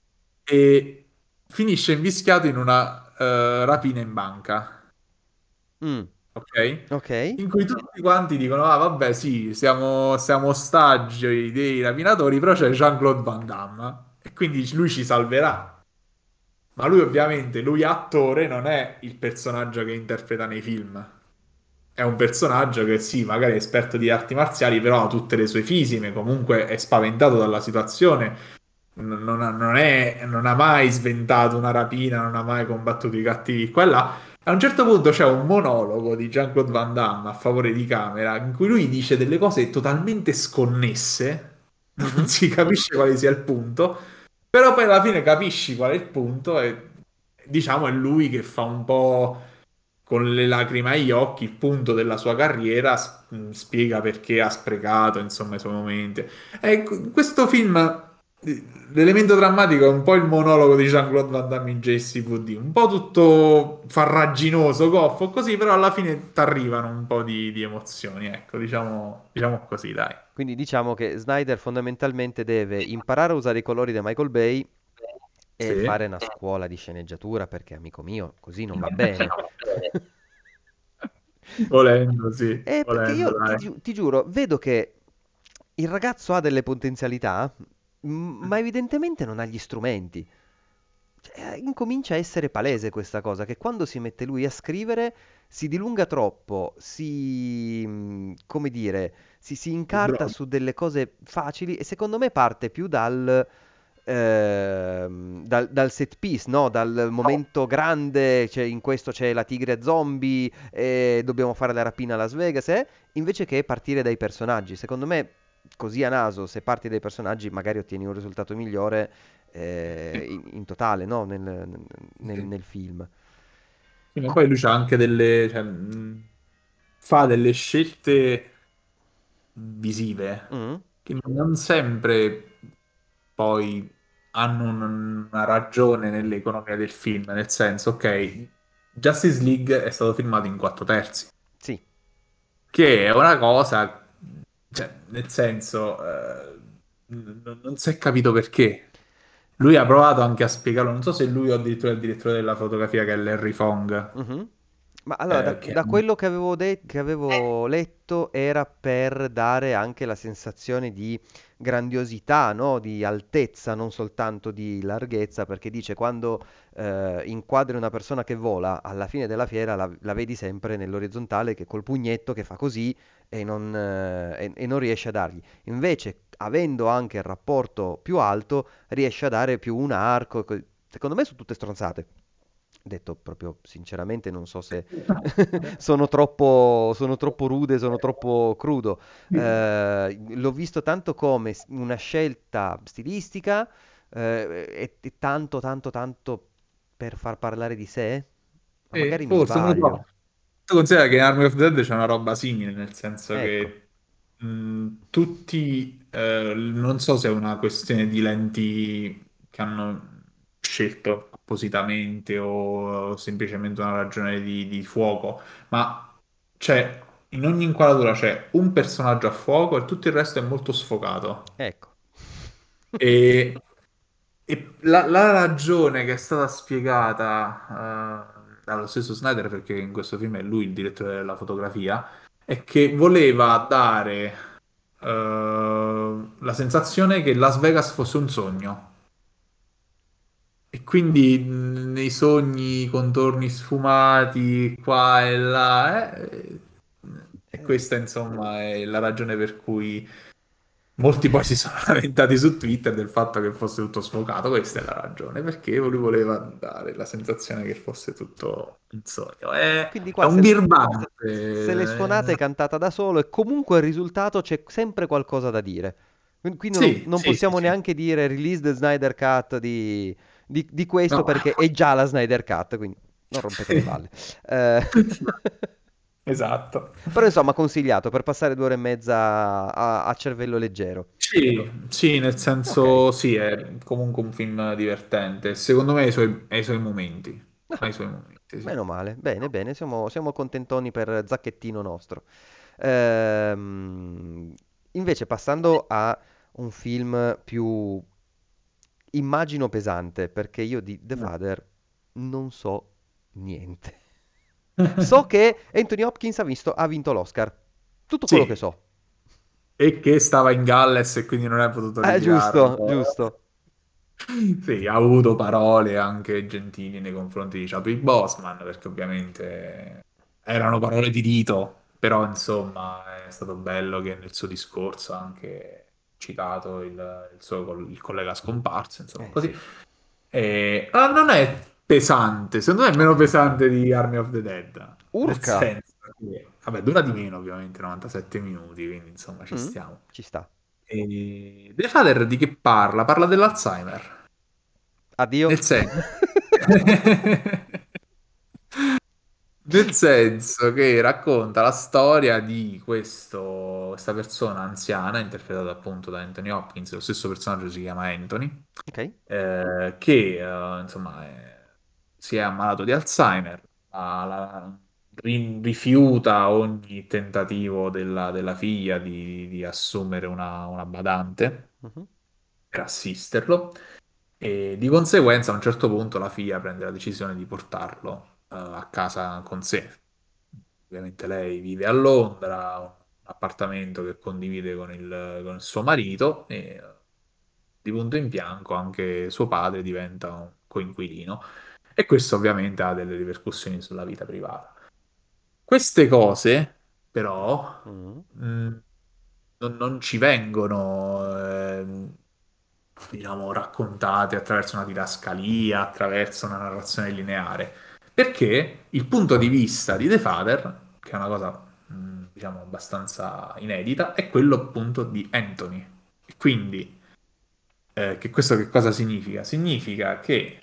e finisce invischiato in una eh, rapina in banca, Mm, ok? ok. In cui tutti quanti dicono: ah, vabbè, sì, siamo, siamo ostaggi dei rapinatori, però c'è Jean-Claude Van Damme, e quindi lui ci salverà. Ma lui, ovviamente, lui attore, non è il personaggio che interpreta nei film. È un personaggio che sì, magari è esperto di arti marziali, però ha tutte le sue fisime, comunque è spaventato dalla situazione, non, non ha, non è- non ha mai sventato una rapina, non ha mai combattuto i cattivi qua e là. A un certo punto c'è un monologo di Jean-Claude Van Damme a favore di camera, in cui lui dice delle cose totalmente sconnesse, non Mhm. si capisce quale sia il punto, però poi alla fine capisci qual è il punto, e diciamo è lui che fa un po' con le lacrime agli occhi il punto della sua carriera, s- mh, spiega perché ha sprecato, insomma, i suoi momenti. Ecco, questo film, eh, l'elemento drammatico è un po' il monologo di Jean-Claude Van Damme in J C V D, un po' tutto farraginoso, goffo, così, però alla fine ti arrivano un po' di, di emozioni, ecco, diciamo, diciamo così, dai. Quindi diciamo che Snyder fondamentalmente deve imparare a usare i colori di Michael Bay e Sì. fare una scuola di sceneggiatura, perché amico mio, così non va bene. Volendo, sì, Eh, perché volendo, io ti, dai. giu- ti giuro, vedo che il ragazzo ha delle potenzialità, m- ma evidentemente non ha gli strumenti. Cioè, incomincia a essere palese questa cosa, che quando si mette lui a scrivere si dilunga troppo, si, mm, come dire, si, si Ti incarta droga. su delle cose facili e secondo me parte più dal, ehm, dal, dal set piece, no? Dal momento grande, cioè in questo c'è la tigre zombie e dobbiamo fare la rapina a Las Vegas, eh? Invece che partire dai personaggi. Secondo me, così a naso, se parti dai personaggi magari ottieni un risultato migliore eh, in, in totale, no? Nel, nel- Sì. nel film. Sì, ma Co- poi lui c'ha anche delle, cioè, mh, fa delle scelte, visive, Mm, che non sempre poi hanno un- una ragione nell'economia del film, nel senso, ok, Justice League è stato filmato in quattro terzi, sì. che è una cosa, cioè, nel senso, eh, n- non si è capito perché. Lui ha provato anche a spiegarlo, non so se lui o addirittura il direttore della fotografia che è Larry Fong, Mhm. Ma allora, da, eh, che... da quello che avevo, de- che avevo letto era per dare anche la sensazione di grandiosità, no? Di altezza, non soltanto di larghezza, perché dice quando eh, inquadri una persona che vola, alla fine della fiera la, la vedi sempre nell'orizzontale che col pugnetto che fa così e non, eh, e- e non riesce a dargli. Invece, avendo anche il rapporto più alto, riesce a dare più un arco. co- Secondo me sono tutte stronzate. Detto proprio sinceramente, non so se sono troppo, sono troppo rude, sono troppo crudo. Eh, l'ho visto tanto come s- una scelta stilistica eh, e, e tanto, tanto, tanto per far parlare di sé. Ma Eh, magari mi forse, non lo sbaglio. so. Tu considera che in Army of the Dead c'è una roba simile, nel senso Ecco. che mh, tutti, eh, non so se è una questione di lenti che hanno scelto appositamente o semplicemente una ragione di, di fuoco, ma c'è in ogni inquadratura c'è un personaggio a fuoco e tutto il resto è molto sfocato. Ecco. E, e la, la ragione che è stata spiegata eh, dallo stesso Snyder, perché in questo film è lui il direttore della fotografia, è che voleva dare eh, la sensazione che Las Vegas fosse un sogno. E quindi mh, nei sogni, contorni sfumati qua e là, eh, e Eh, questa insomma è la ragione per cui molti poi si sono lamentati su Twitter del fatto che fosse tutto sfocato. Questa è la ragione, perché lui voleva dare la sensazione che fosse tutto un sogno. È, Quindi è qua un se, birbante. se le suonate è eh, cantata da solo e comunque il risultato c'è sempre qualcosa da dire. Quindi quindi non, Sì, non sì, sì, possiamo sì. neanche dire release the Snyder Cut di, di- di questo No. perché è già la Snyder Cut, quindi non rompete le palle. Eh, Esatto. Però insomma consigliato per passare due ore e mezza a, a cervello leggero. Sì, sì, nel Ok, senso, sì, è comunque un film divertente. Secondo me ha i suoi, ha i suoi momenti. Ha ah, i suoi momenti, sì. meno male, bene, bene, siamo, siamo contentoni per Zacchettino nostro. Ehm, Invece passando a un film più immagino pesante, perché io di The Father non so niente. So che Anthony Hopkins ha visto- ha vinto l'Oscar. Tutto quello che Sì, so. e che stava in Galles e quindi non è potuto Eh, giusto, ritirarlo. giusto. Sì, ha avuto parole anche gentili nei confronti di Chadwick Boseman, perché ovviamente erano parole di rito, però insomma è stato bello che nel suo discorso ha anche citato il, il suo col- il collega scomparso, insomma, Eh così. sì. E, ah, non è pesante, secondo me è meno Ok. pesante di Army of the Dead, nel Urca. senso che, vabbè, dura di meno ovviamente, novantasette minuti, quindi insomma ci Mm, stiamo. ci sta. E The Father di che parla? Parla dell'Alzheimer. Addio. Nel senso, nel senso che racconta la storia di questo, questa persona anziana, interpretata appunto da Anthony Hopkins, lo stesso personaggio si chiama Anthony, Ok. eh, che eh, insomma è- si è ammalato di Alzheimer, ha la- ri- rifiuta ogni tentativo della, della figlia di, di assumere una, una badante Mhm. per assisterlo. E di conseguenza a un certo punto la figlia prende la decisione di portarlo eh, a casa con sé. Ovviamente lei vive a Londra, ha un appartamento che condivide con il, con il suo marito e eh, di punto in bianco anche suo padre diventa un coinquilino e questo ovviamente ha delle ripercussioni sulla vita privata. Queste cose però Mm. mh, non, non ci vengono ehm, diciamo, raccontate attraverso una didascalia, attraverso una narrazione lineare. Perché il punto di vista di The Father, che è una cosa, mh, diciamo, abbastanza inedita, è quello appunto di Anthony. E quindi, eh, che questo che cosa significa? Significa che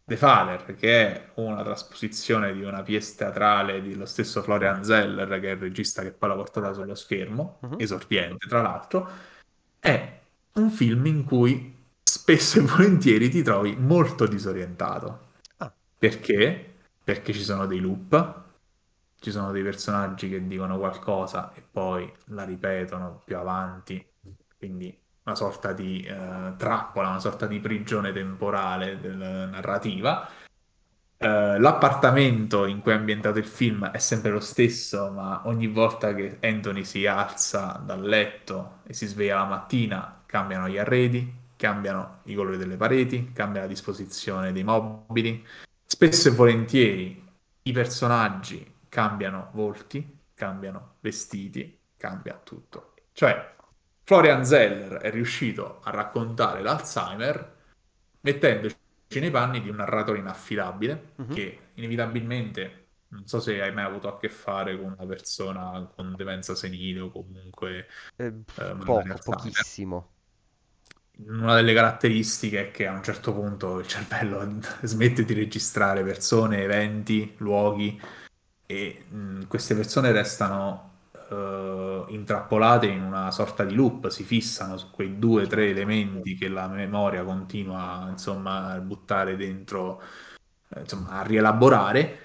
The Father, che è una trasposizione di una pièce teatrale dello stesso Florian Zeller, che è il regista che poi l'ha portata sullo schermo, Mhm. esordiente tra l'altro, è un film in cui spesso e volentieri ti trovi molto disorientato. Ah, Perché? Perché ci sono dei loop, ci sono dei personaggi che dicono qualcosa e poi la ripetono più avanti, quindi una sorta di eh, trappola, una sorta di prigione temporale del- narrativa. Eh, l'appartamento in cui è ambientato il film è sempre lo stesso, ma ogni volta che Anthony si alza dal letto e si sveglia la mattina, cambiano gli arredi, cambiano i colori delle pareti, cambia la disposizione dei mobili. Spesso e volentieri i personaggi cambiano volti, cambiano vestiti, cambia tutto. Cioè, Florian Zeller è riuscito a raccontare l'Alzheimer mettendoci nei panni di un narratore inaffidabile mhm. che inevitabilmente, non so se hai mai avuto a che fare con una persona con demenza senile o comunque Eh, pff, eh, malata di poco, Alzheimer. pochissimo. Una delle caratteristiche è che a un certo punto il cervello smette di registrare persone, eventi, luoghi e mh, queste persone restano eh, intrappolate in una sorta di loop, si fissano su quei due o tre Certo. elementi che la memoria continua, insomma, a buttare dentro, eh, insomma, a rielaborare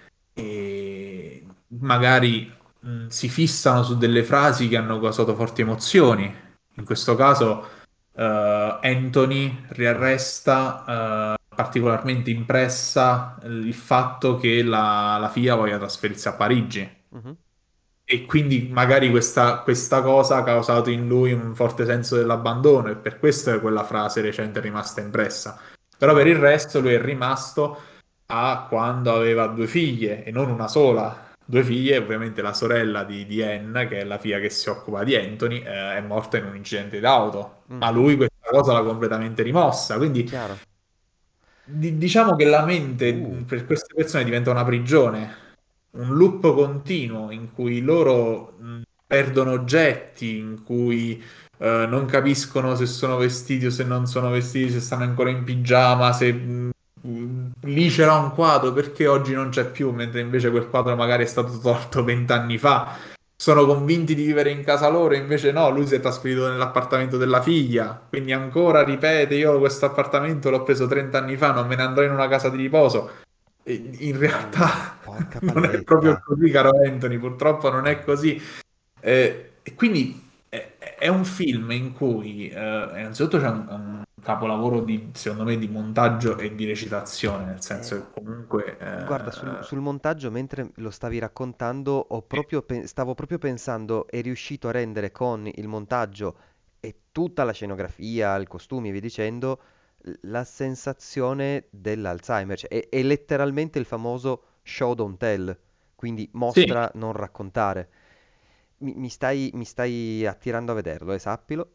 e magari mh, si fissano su delle frasi che hanno causato forti emozioni. In questo caso eh, Anthony riarresta eh, particolarmente impressa eh, il fatto che la, la figlia voglia trasferirsi a Parigi. Mhm. E quindi magari questa, questa cosa ha causato in lui un forte senso dell'abbandono e per questo è quella frase recente rimasta impressa. Però per Chiaro. il resto lui è rimasto a quando aveva due figlie e non una sola. Due figlie, ovviamente la sorella di, di Anne, che è la figlia che si occupa di Anthony, eh, è morta in un incidente d'auto, ma Mhm. lui questa cosa l'ha completamente rimossa. Quindi Chiaro. di- diciamo che la mente Uh. mh, per queste persone diventa una prigione, un loop continuo in cui loro mh, perdono oggetti, in cui eh, non capiscono se sono vestiti o se non sono vestiti, se stanno ancora in pigiama, se mh, mh, lì c'era un quadro perché oggi non c'è più, mentre invece quel quadro magari è stato tolto vent'anni fa. Sono convinti di vivere in casa loro, invece no, lui si è trasferito nell'appartamento della figlia, quindi ancora ripete, io questo appartamento l'ho preso trenta anni fa, non me ne andrò in una casa di riposo. E in Uh, realtà porca non è proprio palletta. così, caro Anthony, purtroppo non è così. Eh, e quindi è, è un film in cui eh, innanzitutto c'è un, un capolavoro di, secondo me, di montaggio e di recitazione, nel senso Eh, che comunque guarda, sul, eh, sul montaggio, mentre lo stavi raccontando, ho proprio pe- stavo proprio pensando, è riuscito a rendere con il montaggio e tutta la scenografia, i costumi e via dicendo, l- la sensazione dell'Alzheimer. Cioè, è, è letteralmente il famoso show don't tell, quindi sì, mostra, non raccontare. Mi, mi stai, mi stai attirando a vederlo, eh, sappilo.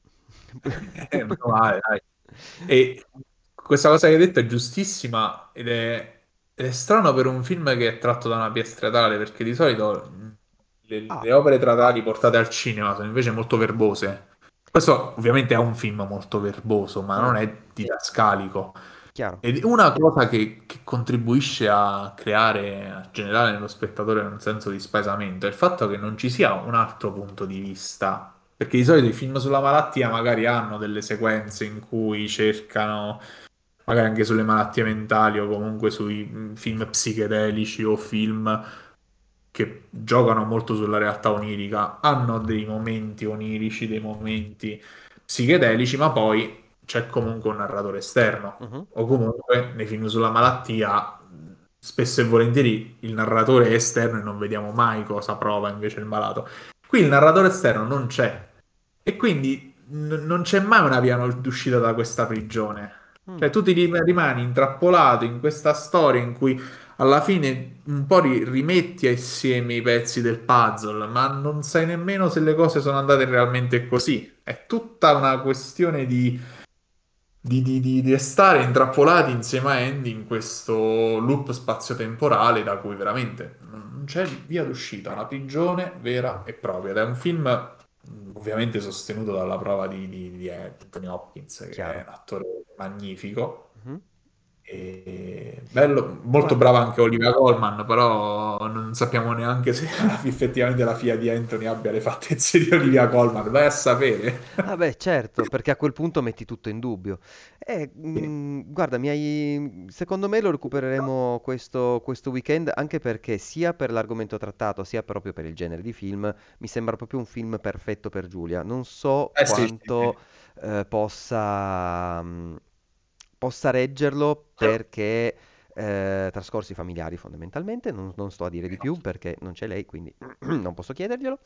Eh, meno male, dai. E questa cosa che hai detto è giustissima ed è, ed è strano per un film che è tratto da una pièce teatrale, perché di solito mh, le, Ah, le opere teatrali portate al cinema sono invece molto verbose. Questo ovviamente è un film molto verboso, ma mm, non è didascalico. chiaro. Ed una cosa che, che contribuisce a creare, a generare nello spettatore un senso di spaesamento è il fatto che non ci sia un altro punto di vista. Perché di solito i film sulla malattia magari hanno delle sequenze in cui cercano, magari anche sulle malattie mentali o comunque sui mh, film psichedelici o film che giocano molto sulla realtà onirica, hanno dei momenti onirici, dei momenti psichedelici, ma poi c'è comunque un narratore esterno. Mhm. O comunque nei film sulla malattia, spesso e volentieri il narratore è esterno e non vediamo mai cosa prova invece il malato. Qui il narratore esterno non c'è e quindi n- non c'è mai una via d'uscita da questa prigione. Mm. Cioè tu ti rim- rimani intrappolato in questa storia in cui alla fine un po' ri- rimetti assieme i pezzi del puzzle, ma non sai nemmeno se le cose sono andate realmente così. È tutta una questione di, di, di, di- di stare intrappolati insieme a Andy in questo loop spazio-temporale da cui veramente non c'è via d'uscita, una prigione vera e propria. Ed è un film mh, ovviamente sostenuto dalla prova di, di, di Anthony Hopkins, che è Chiaro. un attore magnifico Mhm. E bello, molto Guarda, brava anche Olivia Colman, però non sappiamo neanche se effettivamente la figlia di Anthony abbia le fattezze di Olivia Colman, vai a sapere. ah beh, certo, perché a quel punto metti tutto in dubbio. Eh, Sì. mm, guarda, mi hai... secondo me lo recupereremo questo, questo weekend, anche perché sia per l'argomento trattato, sia proprio per il genere di film, mi sembra proprio un film perfetto per Giulia. Non so Eh sì, sì, sì. quanto eh, possa, mm, possa reggerlo perché eh, trascorsi familiari fondamentalmente, non, non sto a dire di più perché non c'è lei, quindi non posso chiederglielo.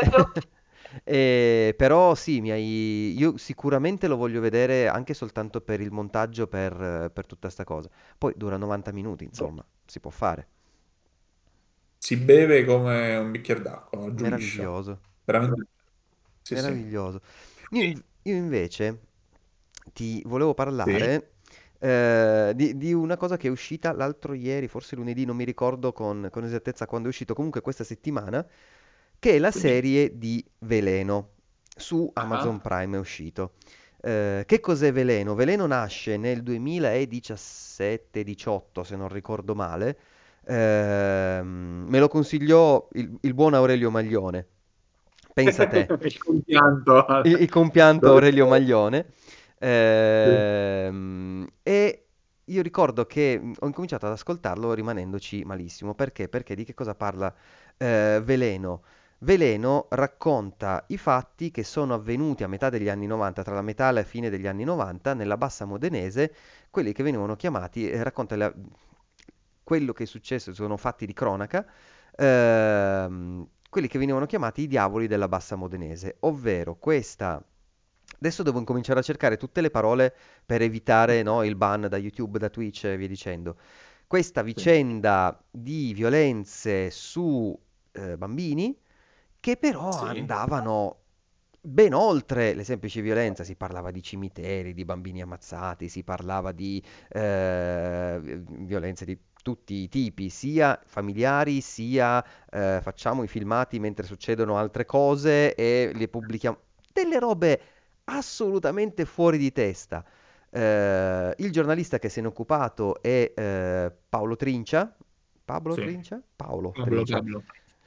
Eh, però sì, mi hai... io sicuramente lo voglio vedere anche soltanto per il montaggio, per, per tutta sta cosa. Poi dura novanta minuti, insomma, si può fare. Si beve come un bicchiere d'acqua, giuliscia. Meraviglioso, Veramente. Sì, sì. meraviglioso. Io, inv- io invece ti volevo Sì. parlare eh, di, di una cosa che è uscita l'altro ieri, forse lunedì, non mi ricordo con, con esattezza quando è uscito, comunque questa settimana, che è la Sì. serie di Veleno. Su Amazon Ah. Prime è uscito. Eh, che cos'è Veleno? Veleno nasce nel duemiladiciassette-diciotto, se non ricordo male. Ehm, me lo consigliò il, il buon Aurelio Maglione. Pensa te. Il compianto. Il, il compianto Dove- Aurelio Maglione. Sì. Ehm, e io ricordo che mh, ho incominciato ad ascoltarlo rimanendoci malissimo. Perché? Perché di che cosa parla eh, Veleno? Veleno racconta i fatti che sono avvenuti a metà degli anni novanta, tra la metà e la fine degli anni novanta, nella bassa modenese, quelli che venivano chiamati, eh, racconta la- quello che è successo, sono fatti di cronaca, ehm, quelli che venivano chiamati i diavoli della bassa modenese, ovvero questa... Adesso devo incominciare a cercare tutte le parole per evitare, no, il ban da YouTube, da Twitch e via dicendo. Questa Sì. vicenda di violenze su eh, bambini che però Sì. andavano ben oltre le semplici violenze, si parlava di cimiteri, di bambini ammazzati, si parlava di eh, violenze di tutti i tipi, sia familiari, sia eh, facciamo i filmati mentre succedono altre cose e li pubblichiamo. Delle robe assolutamente fuori di testa. Eh, il giornalista che se ne è occupato è eh, Paolo Trincia. Pablo Sì. Trincia? Paolo Pablo, Trincia. Pablo.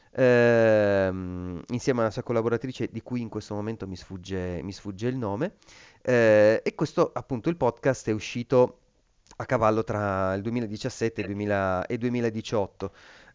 Ehm, insieme a una sua collaboratrice di cui in questo momento mi sfugge, mi sfugge il nome. Eh, e questo appunto il podcast è uscito a cavallo tra il duemiladiciassette e, duemila e duemiladiciotto.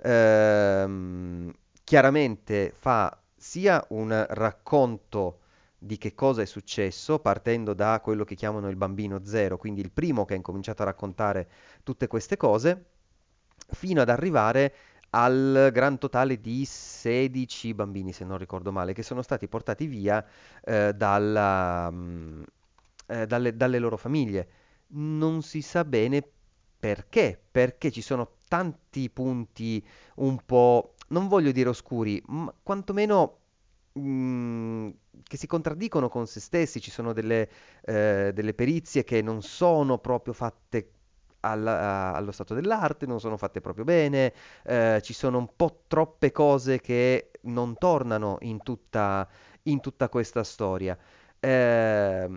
Ehm, chiaramente fa sia un racconto di che cosa è successo, partendo da quello che chiamano il bambino zero, quindi il primo che ha incominciato a raccontare tutte queste cose, fino ad arrivare al gran totale di sedici bambini, se non ricordo male, che sono stati portati via eh, dalla, mm, eh, dalle, dalle loro famiglie. Non si sa bene perché, perché ci sono tanti punti un po', non voglio dire oscuri, ma quantomeno mm, che si contraddicono con se stessi. Ci sono delle, eh, delle perizie che non sono proprio fatte alla- allo stato dell'arte, non sono fatte proprio bene, eh, ci sono un po' troppe cose che non tornano in tutta, in tutta questa storia. Ehm,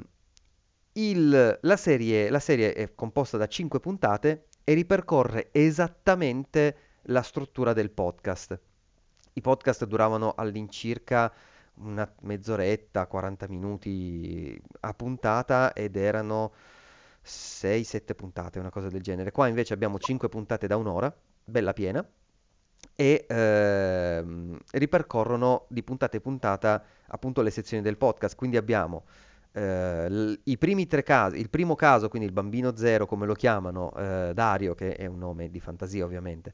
il- la serie, la serie è composta da cinque puntate e ripercorre esattamente la struttura del podcast. I podcast duravano all'incirca una mezz'oretta, quaranta minuti a puntata ed erano sei sette puntate, una cosa del genere. Qua invece abbiamo cinque puntate da un'ora, bella piena, e ehm, ripercorrono di puntata in puntata appunto le sezioni del podcast. Quindi abbiamo eh, l- i primi tre casi, il primo caso, quindi il bambino zero, come lo chiamano, eh, Dario, che è un nome di fantasia ovviamente,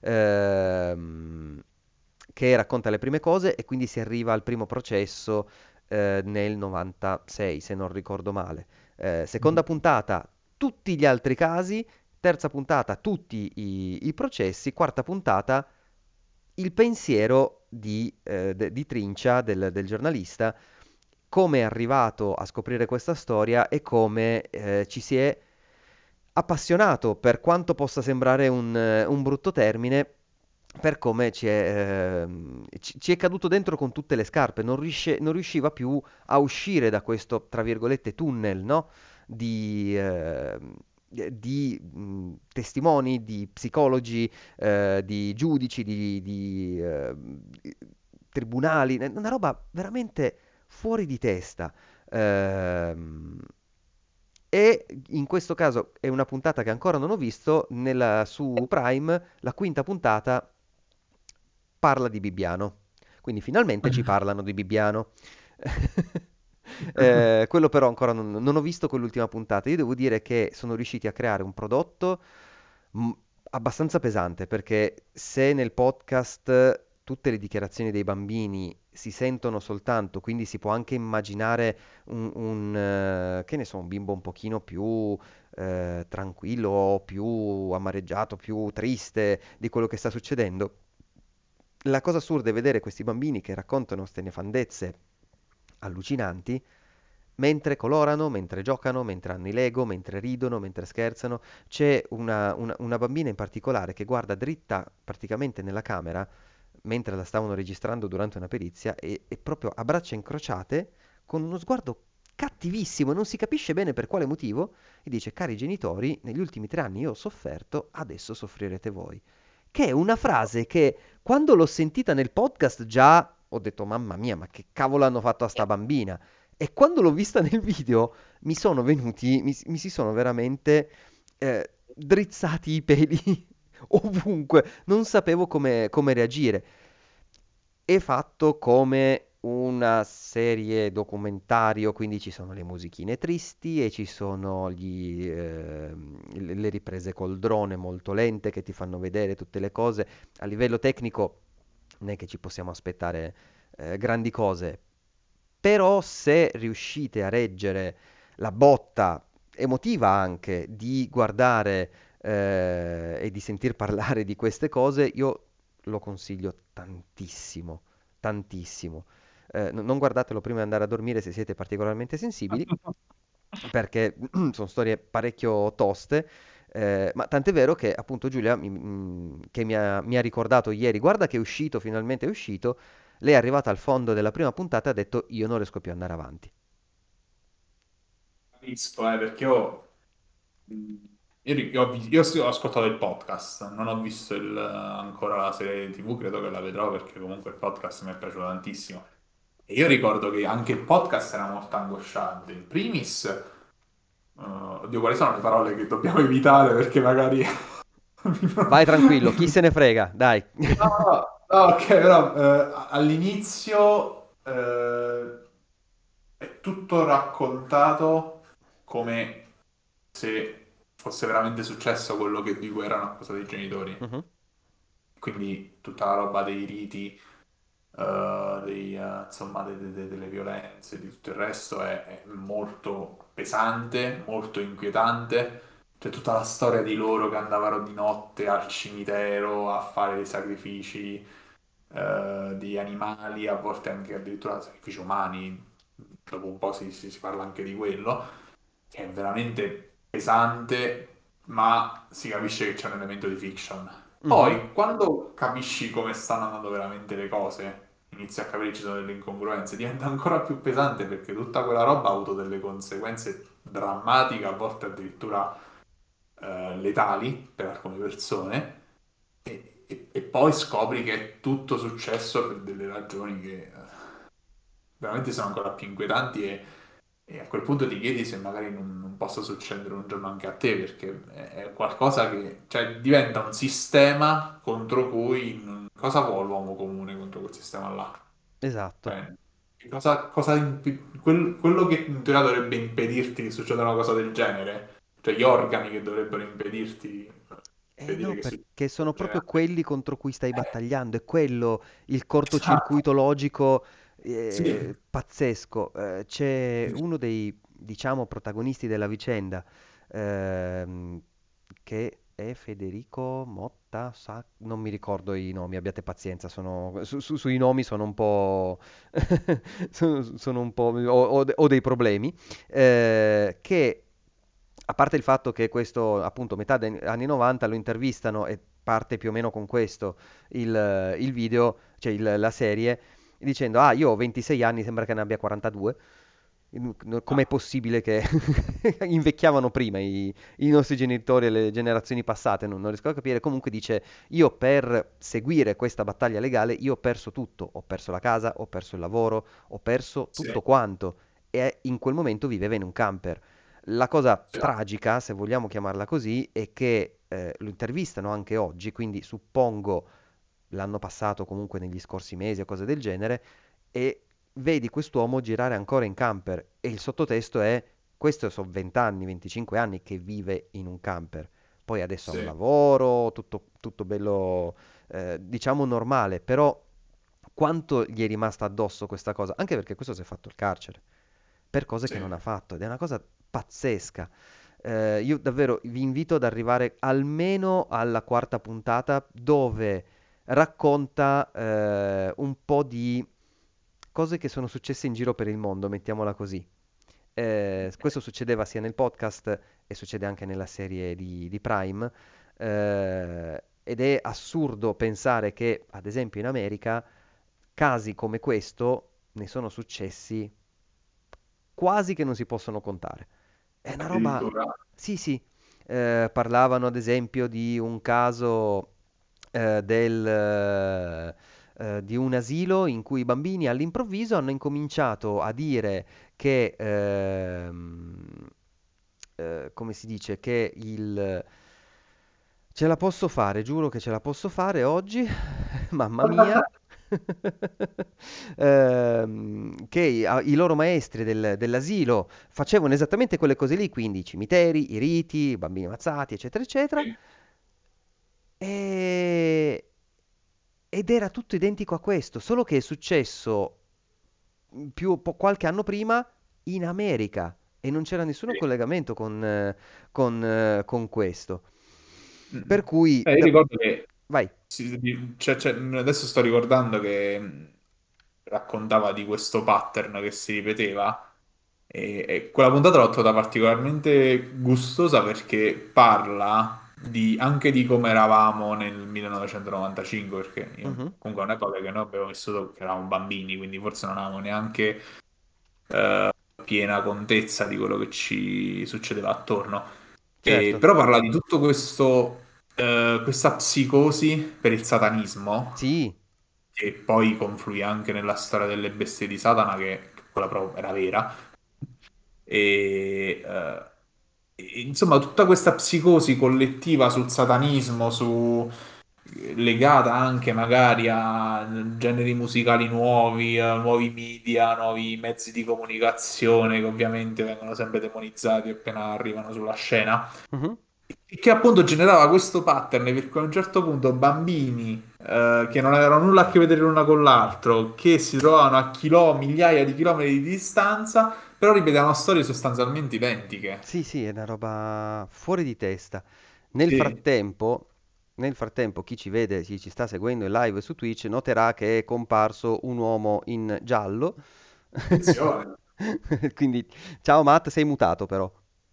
ehm, che racconta le prime cose e quindi si arriva al primo processo eh, nel novantasei, se non ricordo male. Eh, seconda Mhm. puntata, tutti gli altri casi. Terza puntata, tutti i, i processi. Quarta puntata, il pensiero di, eh, de- di Trincia, del, del giornalista, come è arrivato a scoprire questa storia e come eh, ci si è appassionato, per quanto possa sembrare un, eh, un brutto termine, per come ci è, ehm, ci, ci è caduto dentro con tutte le scarpe, non riusci- non riusciva più a uscire da questo, tra virgolette, tunnel, no? Di, ehm, eh, di mh, testimoni, di psicologi, eh, di giudici, di, di, eh, tribunali, è una roba veramente fuori di testa. Ehm, e in questo caso è una puntata che ancora non ho visto, nella- su Prime, la quinta puntata parla di Bibbiano. Quindi finalmente ci parlano di Bibbiano. Eh, quello però ancora non, non ho visto quell'ultima puntata. Io devo dire che sono riusciti a creare un prodotto mh, abbastanza pesante, perché se nel podcast tutte le dichiarazioni dei bambini si sentono soltanto, quindi si può anche immaginare un, un, eh, che ne so, un bimbo un pochino più eh, tranquillo, più amareggiato, più triste di quello che sta succedendo. La cosa assurda è vedere questi bambini che raccontano queste nefandezze allucinanti mentre colorano, mentre giocano, mentre hanno i Lego, mentre ridono, mentre scherzano. C'è una, una- una bambina in particolare che guarda dritta praticamente nella camera mentre la stavano registrando durante una perizia e, e proprio a braccia incrociate, con uno sguardo cattivissimo e non si capisce bene per quale motivo, e dice: Cari genitori, negli ultimi tre anni io ho sofferto, adesso soffrirete voi. Che è una frase che quando l'ho sentita nel podcast già ho detto: Mamma mia, ma che cavolo hanno fatto a sta bambina? E quando l'ho vista nel video mi sono venuti, mi, mi si sono veramente eh, drizzati i peli ovunque, non sapevo come, come reagire. È fatto come una serie documentario, quindi ci sono le musichine tristi e ci sono gli, ehm, le le riprese col drone molto lente che ti fanno vedere tutte le cose. A livello tecnico non è che ci possiamo aspettare eh, grandi cose, però se riuscite a reggere la botta emotiva anche di guardare eh, e di sentir parlare di queste cose, io lo consiglio tantissimo, tantissimo. Eh, n- non guardatelo prima di andare a dormire se siete particolarmente sensibili, perché sono storie parecchio toste. Eh, ma tant'è vero che appunto Giulia mi, mm, che mi ha, mi ha ricordato ieri, guarda che è uscito, finalmente è uscito, lei è arrivata al fondo della prima puntata e ha detto io non riesco più ad andare avanti. Capisco, eh, perché io, mh, io, ri- io ho, vis- io sì, ho ascoltato il podcast, non ho visto il- ancora la serie T V, credo che la vedrò perché comunque il podcast mi è piaciuto tantissimo. E io ricordo che anche il podcast era molto angosciante. In primis, eh, oddio, quali sono le parole che dobbiamo evitare perché magari... Vai tranquillo, chi se ne frega, dai. No, no, no, ok, però eh, all'inizio eh, è tutto raccontato come se fosse veramente successo quello che, di cui erano accusati i genitori. Mhm, Quindi tutta la roba dei riti, eh, dei, eh, insomma, de- de- de- delle violenze, di tutto il resto è, è molto pesante, molto inquietante. C'è tutta la storia di loro che andavano di notte al cimitero a fare dei sacrifici eh, di animali, a volte anche addirittura sacrifici umani. Dopo un po' si, si si parla anche di quello, che è veramente pesante, ma si capisce che c'è un elemento di fiction. mhm. Poi, quando capisci come stanno andando veramente le cose, inizi a capire che ci sono delle incongruenze, diventa ancora più pesante perché tutta quella roba ha avuto delle conseguenze drammatiche, a volte addirittura eh, letali per alcune persone, e, e- e poi scopri che è tutto successo per delle ragioni che eh, veramente sono ancora più inquietanti e, e a quel punto ti chiedi se magari non, non possa succedere un giorno anche a te, perché è, è qualcosa che, cioè, diventa un sistema contro cui non- cosa vuole l'uomo comune contro quel sistema là? Esatto. Cioè, che cosa, cosa imp- quel- quello che in teoria dovrebbe impedirti che succeda una cosa del genere, cioè gli organi che dovrebbero impedirti, Eh impedire no, che succeda perché una sono cosa del proprio genere. quelli contro cui stai Eh, battagliando, è quello il esatto. cortocircuito logico Sì. eh, pazzesco. Eh, c'è uno dei, diciamo, protagonisti della vicenda, ehm, che è Federico Motta, Sa- non mi ricordo i nomi, abbiate pazienza, sono, su- su- sui nomi sono un po', sono, sono un po', ho, ho- ho dei problemi, eh, che a parte il fatto che questo, appunto, metà degli anni novanta lo intervistano e parte più o meno con questo il, il video, cioè il- la serie, dicendo, ah, io ho ventisei anni, sembra che ne abbia quarantadue. Com'è possibile che invecchiavano prima i, i nostri genitori e le generazioni passate? Non, non riesco a capire. Comunque dice, io per seguire questa battaglia legale, io ho perso tutto. Ho perso la casa, ho perso il lavoro, ho perso Sì, tutto quanto. E in quel momento viveva in un camper. La cosa sì, tragica, se vogliamo chiamarla così, è che eh, lo intervistano anche oggi, quindi suppongo l'anno passato, comunque negli scorsi mesi o cose del genere, e vedi quest'uomo girare ancora in camper e il sottotesto è: questo sono venti anni, venticinque anni che vive in un camper. Poi adesso ha un sì, lavoro, tutto, tutto bello, eh, diciamo normale, però quanto gli è rimasta addosso questa cosa? Anche perché questo si è fatto il carcere per cose che sì. non ha fatto ed è una cosa pazzesca. Eh, io davvero vi invito ad arrivare almeno alla quarta puntata dove racconta eh, un po' di cose che sono successe in giro per il mondo, mettiamola così. Eh, questo succedeva sia nel podcast e succede anche nella serie di, di Prime. eh, ed è assurdo pensare che, ad esempio, in America casi come questo ne sono successi quasi che non si possono contare. È una roba... Addirittura. Sì, sì. Eh, parlavano ad esempio di un caso eh, del, eh, eh, di un asilo in cui i bambini all'improvviso hanno incominciato a dire che, ehm, eh, come si dice, che il... Ce la posso fare, giuro che ce la posso fare oggi, mamma mia. Ehm, che i, a- i loro maestri del- dell'asilo facevano esattamente quelle cose lì, quindi i cimiteri, i riti, i bambini ammazzati, eccetera, eccetera. Sì, E... Ed era tutto identico a questo, solo che è successo mm, più, po- qualche anno prima in America e non c'era nessuno sì. collegamento con, eh, con, eh, con questo. Mm. Per cui, Eh, io da- ricordo che vai. sì, di- cioè- cioè, adesso sto ricordando che mh, raccontava di questo pattern che si ripeteva e, e quella puntata l'ho trovata particolarmente gustosa perché parla di- anche di come eravamo nel millenovecentonovantacinque, perché io, Mhm, comunque è un'epoca che noi abbiamo vissuto che eravamo bambini, quindi forse non avevamo neanche piena contezza di quello che ci succedeva attorno. E, certo. però parla di tutto questo, eh, questa psicosi per il satanismo, Sì, che poi confluì anche nella storia delle bestie di Satana, che quella proprio era vera. E, eh, e, insomma, tutta questa psicosi collettiva sul satanismo, su legata anche magari a generi musicali nuovi, a nuovi media, nuovi mezzi di comunicazione che ovviamente vengono sempre demonizzati appena arrivano sulla scena. mhm, E che appunto generava questo pattern per cui a un certo punto bambini eh, che non avevano nulla a che vedere l'una con l'altro, che si trovavano a chilo- migliaia di chilometri di distanza, però ripetevano storie sostanzialmente identiche. sì, sì, è una roba fuori di testa. Nel Sì, frattempo, nel frattempo, chi ci vede, chi ci sta seguendo in live su Twitch, noterà che è comparso un uomo in giallo. attenzione. Quindi, ciao Matt, sei mutato però.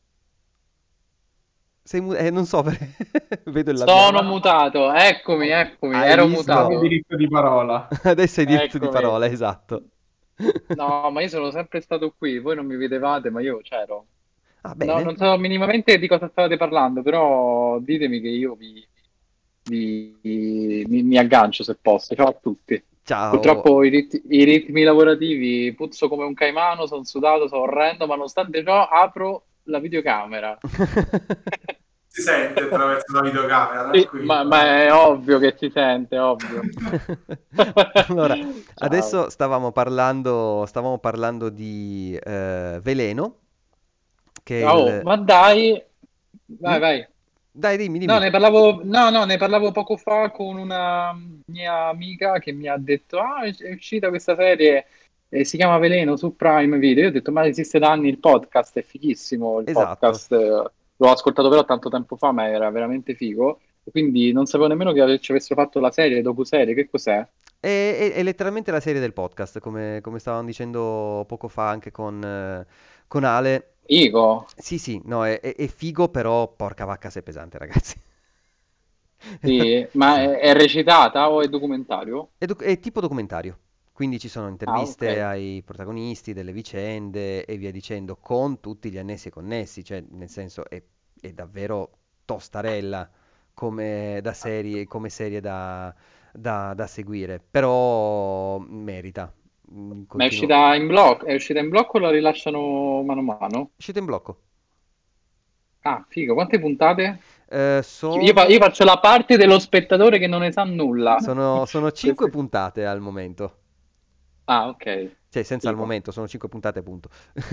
Sei mu- eh, non so, perché vedo il Sono labiale. mutato, eccomi, eccomi, Hai ero Adesso hai visto? mutato. diritto di parola. Adesso hai diritto di Eccomi. parola, esatto. No, ma io sono sempre stato qui, voi non mi vedevate, ma io c'ero. Ah, No, bene. non so minimamente di cosa stavate parlando, però ditemi che io vi, vi- mi, mi aggancio se posso. Ciao a tutti. Ciao. Purtroppo i, rit- i ritmi lavorativi puzzo come un caimano, sono sudato, sono orrendo, ma nonostante ciò apro la videocamera. Si sente attraverso la videocamera, Sì, ma, tranquillo. ma è ovvio che si sente, ovvio. Allora, Ciao. adesso stavamo parlando, stavamo parlando di eh, Veleno, che è Oh, il... ma dai, vai, Mm? vai. Dai, dimmi, No, dimmi. ne parlavo, no, no, ne parlavo poco fa con una mia amica che mi ha detto: Ah, è è uscita questa serie, eh, si chiama Veleno su Prime Video. Io ho detto: Ma esiste da anni il podcast, è fighissimo il Esatto. podcast. eh, L'ho ascoltato però tanto tempo fa, ma era veramente figo. E quindi non sapevo nemmeno che ave- ci avessero fatto la serie, docuserie, che cos'è? È, è- è letteralmente la serie del podcast, come, come stavamo dicendo poco fa anche con, eh, con Ale. Figo. Sì, sì, no, è, è- è figo, però porca vacca se è pesante, ragazzi. Sì, ma Sì. è, è recitata o è documentario? È, doc- è tipo documentario, Quindi ci sono Ah, interviste ok. ai protagonisti delle vicende e via dicendo, con tutti gli annessi e connessi, cioè nel senso è, è davvero tostarella come da serie, come serie da, da- da seguire, però merita. Mm, Ma è Continuo. uscita in blocco? È uscita in blocco o la rilasciano mano a mano? Uscito in blocco. Ah, figo, quante puntate? Eh, Io, fa- io sono, faccio la parte dello spettatore che non ne sa nulla. sono, sono cinque Queste- puntate al momento. Ah, ok, Cioè, senza al figo. momento, sono cinque puntate, punto.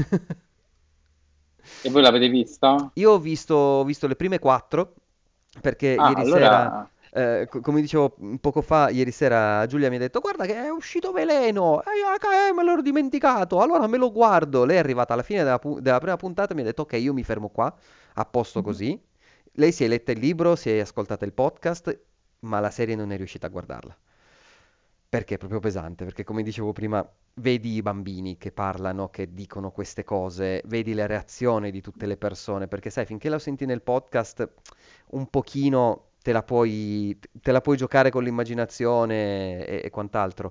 E voi l'avete vista? Io ho visto, ho visto le prime quattro, perché Ah, ieri sera, allora... eh, co- come dicevo un poco fa, ieri sera Giulia mi ha detto, guarda che è uscito Veleno, eh, ah, eh, me l'ero dimenticato, allora me lo guardo. Lei è arrivata alla fine della, pu- della prima puntata e mi ha detto, ok, io mi fermo qua, a posto così. Lei si è letta il libro, si è ascoltata il podcast, ma la serie non è riuscita a guardarla. Perché è proprio pesante, perché come dicevo prima, vedi i bambini che parlano, che dicono queste cose, vedi le reazioni di tutte le persone, perché sai, finché la senti nel podcast, un pochino te la puoi, te la puoi giocare con l'immaginazione e, e quant'altro.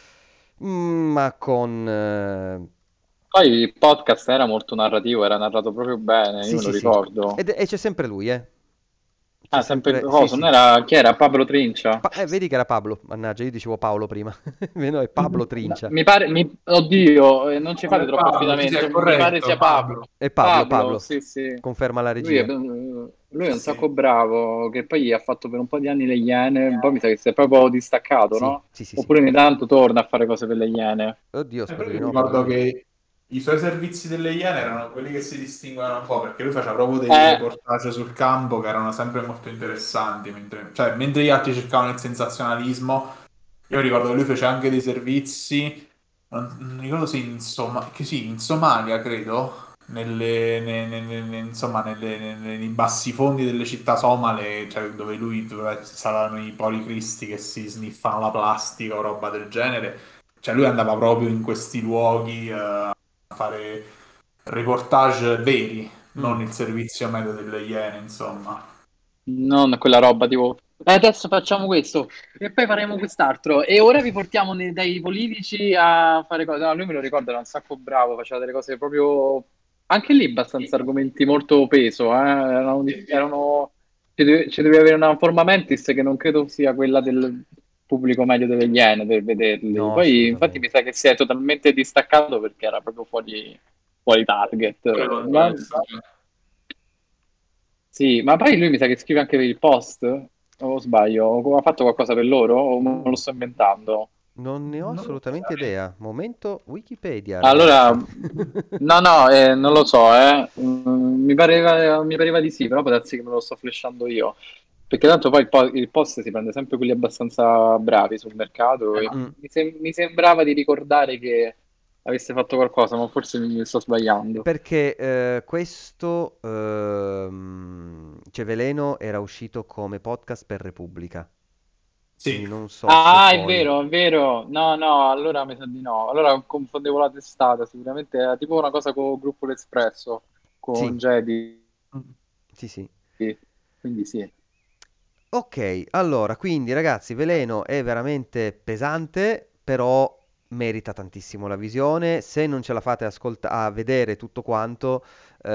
Mm, ma con... eh, Poi il podcast era molto narrativo, era narrato proprio bene, io Sì, me lo sì, sì. ricordo. Ed- e c'è sempre lui, eh. C'è Ah, sempre sempre... Sì, cosa? Non sì. era... Chi era? Pablo Trincia? Pa- eh, vedi che era Pablo, mannaggia, io dicevo Paolo prima. No, è Pablo No, Trincia. mi pare... mi- Oddio, eh, non ci No, fate è troppo Pablo, sì, sì, affidamento. è Mi pare sia corretto, Pablo. Pablo. È Pablo, è Pablo, Pablo. sì, sì. Conferma la Lui è, regia. lui è un Sì. sacco bravo, che poi ha fatto per un po' di anni le Iene, poi mi sa che si è proprio distaccato, Sì, no? sì, sì, sì. Oppure ogni tanto torna a fare cose per le Iene. Oddio, Eh, però spero di io no per ricordo lui. che i suoi servizi delle Iene erano quelli che si distinguevano un po' perché lui faceva proprio dei Eh, reportage sul campo che erano sempre molto interessanti, mentre, cioè, mentre gli altri cercavano il sensazionalismo, io ricordo che lui fece anche dei servizi, non, non ricordo se in, Soma- che sì, in Somalia, credo, nelle, ne- ne- ne- ne- insomma, nelle- ne- ne- nei bassi fondi delle città somale, cioè dove lui dove stavano i policristi che si sniffano la plastica o roba del genere. Cioè lui andava proprio in questi luoghi eh, a fare reportage veri, Mm. non il servizio medio delle Iene, insomma. non quella roba tipo, "Eh, adesso facciamo questo e poi faremo quest'altro e ora vi portiamo nei- dai politici a fare cose. No, lui me lo ricordo, era un sacco bravo, faceva delle cose proprio, anche lì abbastanza argomenti molto peso, eh. Erano, Sì, di- sì. erano- ci deve- ci devi avere una forma mentis che non credo sia quella del pubblico medio delle Iene per vederli. No, Poi infatti mi assolutamente. sa che si è totalmente distaccato perché era proprio fuori, fuori Pure target. Ma controverso. sì, ma poi lui mi sa che scrive anche per il post, o sbaglio, o ha fatto qualcosa per loro, o me lo sto inventando. Non ne ho Non lo assolutamente sai. idea. Momento Wikipedia, Allora, ragazzi. no, no, eh, non lo so, eh. Mm, mi pareva, mi pareva di sì, però può darsi che me lo sto flashando io. Perché tanto poi il, po- il post si prende sempre quelli abbastanza bravi sul mercato e Mm. mi, sem- mi sembrava di ricordare che avesse fatto qualcosa, ma forse mi sto sbagliando. Perché eh, questo, ehm, cioè Veleno era uscito come podcast per Repubblica, quindi Sì. non so se Ah, è poi... vero, è vero. No, no, allora mi sa di no. Allora confondevo la testata, sicuramente era tipo una cosa con il gruppo L'Espresso, Sì, con Jedi, sì, sì. quindi sì. Ok, allora, quindi ragazzi, Veleno è veramente pesante, però merita tantissimo la visione. Se non ce la fate ascolta- a vedere tutto quanto,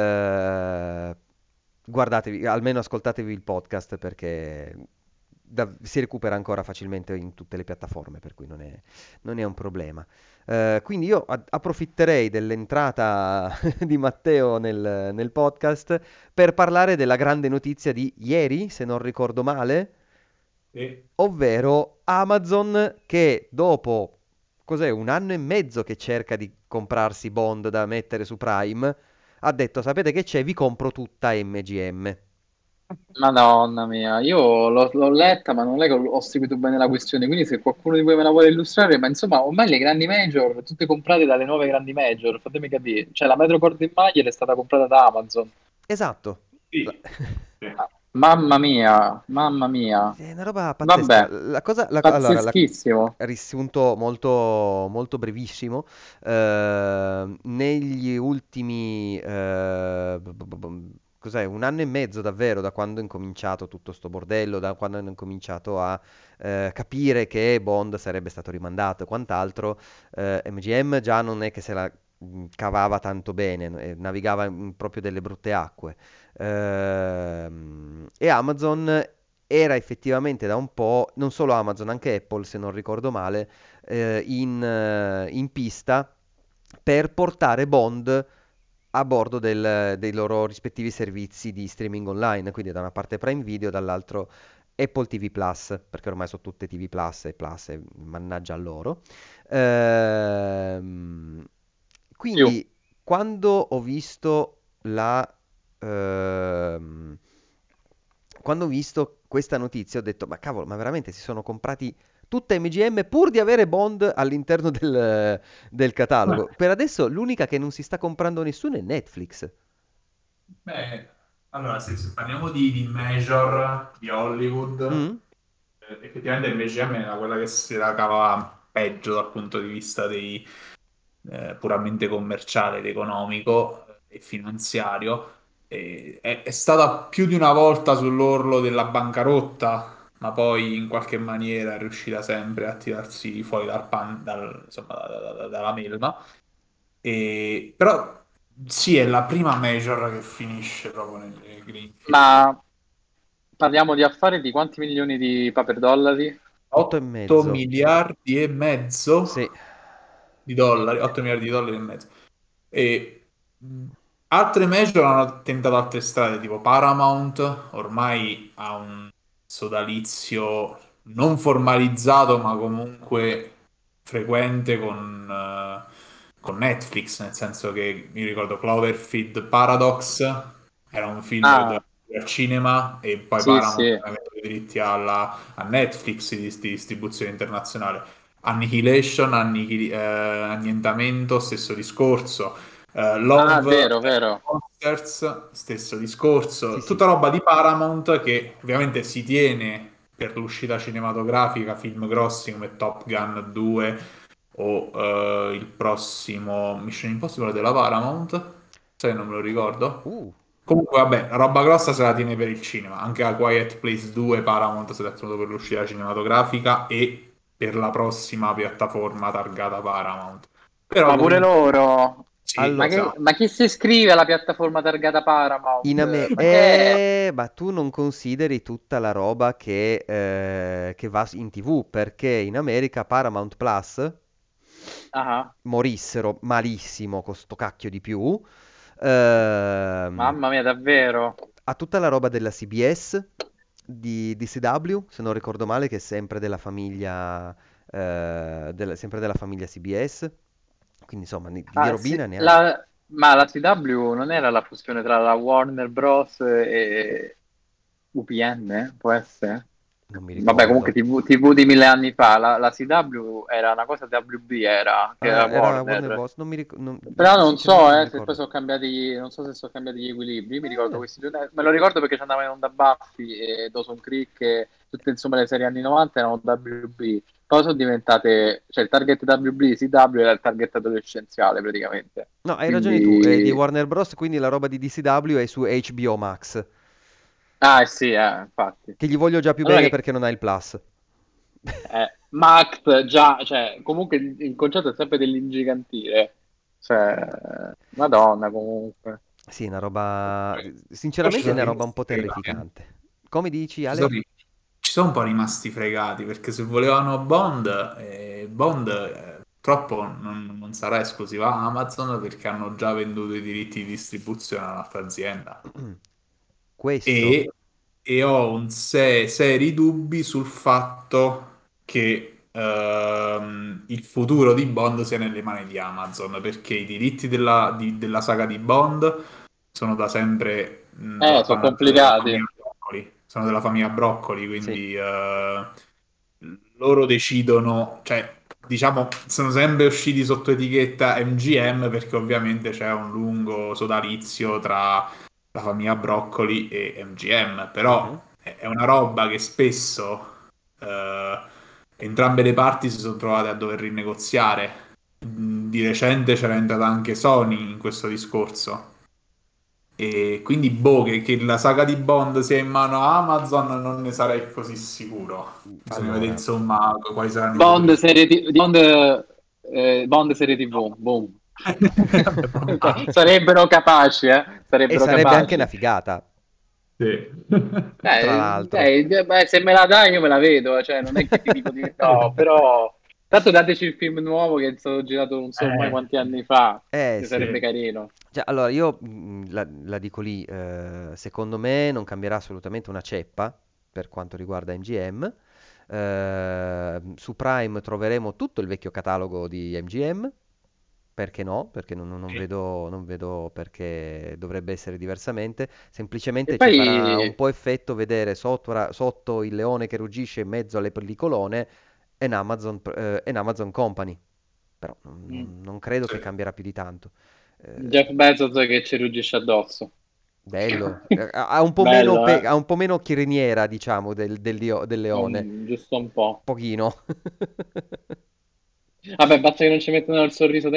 eh, guardatevi, almeno ascoltatevi il podcast perché da- si recupera ancora facilmente in tutte le piattaforme, per cui non è, non è un problema. Eh, quindi io a- approfitterei dell'entrata di Matteo nel nel podcast per parlare della grande notizia di ieri, se non ricordo male, Sì. ovvero Amazon che dopo, cos'è, un anno e mezzo che cerca di comprarsi Bond da mettere su Prime, ha detto, sapete che c'è, vi compro tutta M G M. Madonna mia, io l'ho l'ho letta, ma non è che ho seguito bene la questione, quindi se qualcuno di voi me la vuole illustrare, ma insomma, ormai le grandi major, tutte comprate dalle nuove grandi major, fatemi capire. Cioè, la Metro Goldwyn Mayer è stata comprata da Amazon. Esatto. La- Sì. Sì. Ah, mamma mia, mamma mia. È una roba pazzesca. Vabbè, La cosa, la- allora, la- pazzeschissimo. riassunto molto, molto brevissimo. eh, negli ultimi eh, b- b- b- cos'è, un anno e mezzo davvero da quando è incominciato tutto sto bordello, da quando hanno incominciato a eh, capire che Bond sarebbe stato rimandato e quant'altro, eh, M G M già non è che se la mh, cavava tanto bene, eh, navigava in proprio delle brutte acque. Ehm, e Amazon era effettivamente da un po', non solo Amazon, anche Apple, se non ricordo male, eh, in, eh, in pista per portare Bond a bordo del- dei loro rispettivi servizi di streaming online, quindi da una parte Prime Video, dall'altro Apple T V Plus, perché ormai sono tutte T V Plus e Plus, e mannaggia a loro. Ehm, Più. quindi quando ho visto la... ehm, quando ho visto questa notizia ho detto, ma cavolo, ma veramente si sono comprati tutta M G M pur di avere Bond all'interno del, del Beh, catalogo. Per adesso l'unica che non si sta comprando nessuno è Netflix. beh, allora, se, se parliamo di, di major di Hollywood, Mm? eh, effettivamente M G M era quella che si la cavava peggio dal punto di vista dei, eh, puramente commerciale ed economico eh, e finanziario. E è, è stata più di una volta sull'orlo della bancarotta, ma poi in qualche maniera è riuscita sempre a tirarsi fuori dal pan- dal- insomma, da- da- da- dalla melma. E- però sì, è la prima major che finisce proprio nelle Greenfield. Ma parliamo di affari di quanti milioni di paper dollari? otto e otto mezzo. miliardi e mezzo Sì. di dollari, otto miliardi di dollari e mezzo. E mh, altre major hanno tentato altre strade, tipo Paramount, ormai ha un sodalizio non formalizzato, ma comunque frequente con, eh, con Netflix, nel senso che mi ricordo Cloverfield Paradox era un film che doveva Ah, andare al cinema e poi sì, Paramount sì. aveva venduto i diritti alla- a Netflix di, di distribuzione internazionale. Annihilation, annichili- eh, annientamento, stesso discorso. Eh, Ah, Love, vero, vero. Monsters, stesso Sì, discorso. sì. Tutta roba di Paramount che ovviamente si tiene per l'uscita cinematografica, film grossi come Top Gun due o eh, il prossimo Mission Impossible della Paramount. Sai, non me lo ricordo. Uh, Comunque, vabbè, la roba grossa se la tiene per il cinema. Anche a Quiet Place due Paramount se l'ha tenuto per l'uscita cinematografica e per la prossima piattaforma targata Paramount. Però Ma pure comunque, loro. sì, Ma, allora, che- esatto. ma chi si iscrive alla piattaforma targata in Paramount? Ame- Ma che è? eh, ma tu non consideri tutta la roba che, eh, che va in T V, perché in America Paramount Plus Ah, morissero malissimo con sto cacchio di più. Ehm, mamma mia, davvero. ha tutta la roba della C B S, di, di C W, se non ricordo male, che è sempre della famiglia, eh, della- sempre della famiglia C B S. Quindi insomma, di, di Ah, sì, robina ne ha. la- ma la C W non era la fusione tra la Warner Bros. E U P N? Può essere? Non mi Vabbè, comunque ricordo. T V, T V di mille anni fa. La, la C W era una cosa W B, era, che era Ah, era Warner Warner. Bros. Non mi ric- non- Però non sinceramente so, non eh, se poi ricordo. sono cambiati, non so se sono cambiati gli equilibri. Mi ricordo Eh, questi due, me lo ricordo perché ci andava in onda Buffy e Dawson Creek e tutte insomma le serie anni novanta erano W B. Poi sono diventate, cioè il target W B, C W era il target adolescenziale praticamente. no, hai ragione tu, è di Quindi, Warner Bros. Quindi la roba di D C W è su H B O Max. ah, eh sì, eh, infatti. Che gli voglio già più Allora bene che, perché non ha il Plus. eh, Max già, cioè, comunque il, il concetto è sempre dell'ingigantire. Cioè, Madonna, comunque. Sì, una roba... Poi ci Sinceramente è sono una roba un rimasti po' fregati. terrificante. Come dici, Ci sono, Ale? ri- ci sono un po' rimasti fregati perché se volevano Bond, eh, Bond eh, purtroppo non, non sarà esclusiva a Amazon perché hanno già venduto i diritti di distribuzione a un'altra azienda. Questo... E, e ho un se- seri dubbi sul fatto che ehm, il futuro di Bond sia nelle mani di Amazon perché i diritti della, di- della saga di Bond sono da sempre mh, Eh, sono appannaggio della complicati. famiglia Broccoli. Sono della famiglia Broccoli, Sì. quindi eh, loro decidono, cioè, diciamo, sono sempre usciti sotto etichetta M G M perché ovviamente c'è un lungo sodalizio tra la famiglia Broccoli e M G M, Mhm. però è è una roba che spesso eh, entrambe le parti si sono trovate a dover rinegoziare. Mm, Di recente c'era entrata anche Sony in questo discorso. E quindi, boh, che, che la saga di Bond sia in mano a Amazon non ne sarei così sicuro. Bisogna vedere, Allora, insomma, quali saranno i Bond futuri. serie, T- Bond, eh, Bond serie T V, boom. Vabbè, probabile. Sarebbero capaci, eh? e Sarebbero sarebbe anche una capaci. figata, Sì. tra Eh, l'altro. dai, beh, se me la dai io me la vedo, cioè non è che ti dico di no, però tanto dateci il film nuovo che è stato girato non so mai Eh, quanti anni fa, Eh che sarebbe sì. sì. carino. Cioè, allora io mm, la, la dico lì, eh, secondo me non cambierà assolutamente una ceppa per quanto riguarda M G M. Eh, su Prime troveremo tutto il vecchio catalogo di M G M. Perché no? Perché non, non Sì. vedo, non vedo perché dovrebbe essere diversamente. E Semplicemente ci farà un poi, po' effetto vedere sotto, sotto il leone che ruggisce in mezzo alle pellicolone in Amazon, eh, in Amazon Company. Però non, mm, non- non credo Sì. che cambierà più di tanto. Eh, Jeff Bezos che ci ruggisce addosso. bello. Eh, ha ha un po' meno, Bello, pe- eh? ha un po' meno chiriniera, diciamo, del, del dio- del leone. Un- giusto un po'. Pochino. Vabbè, basta che non ci mettono il sorriso di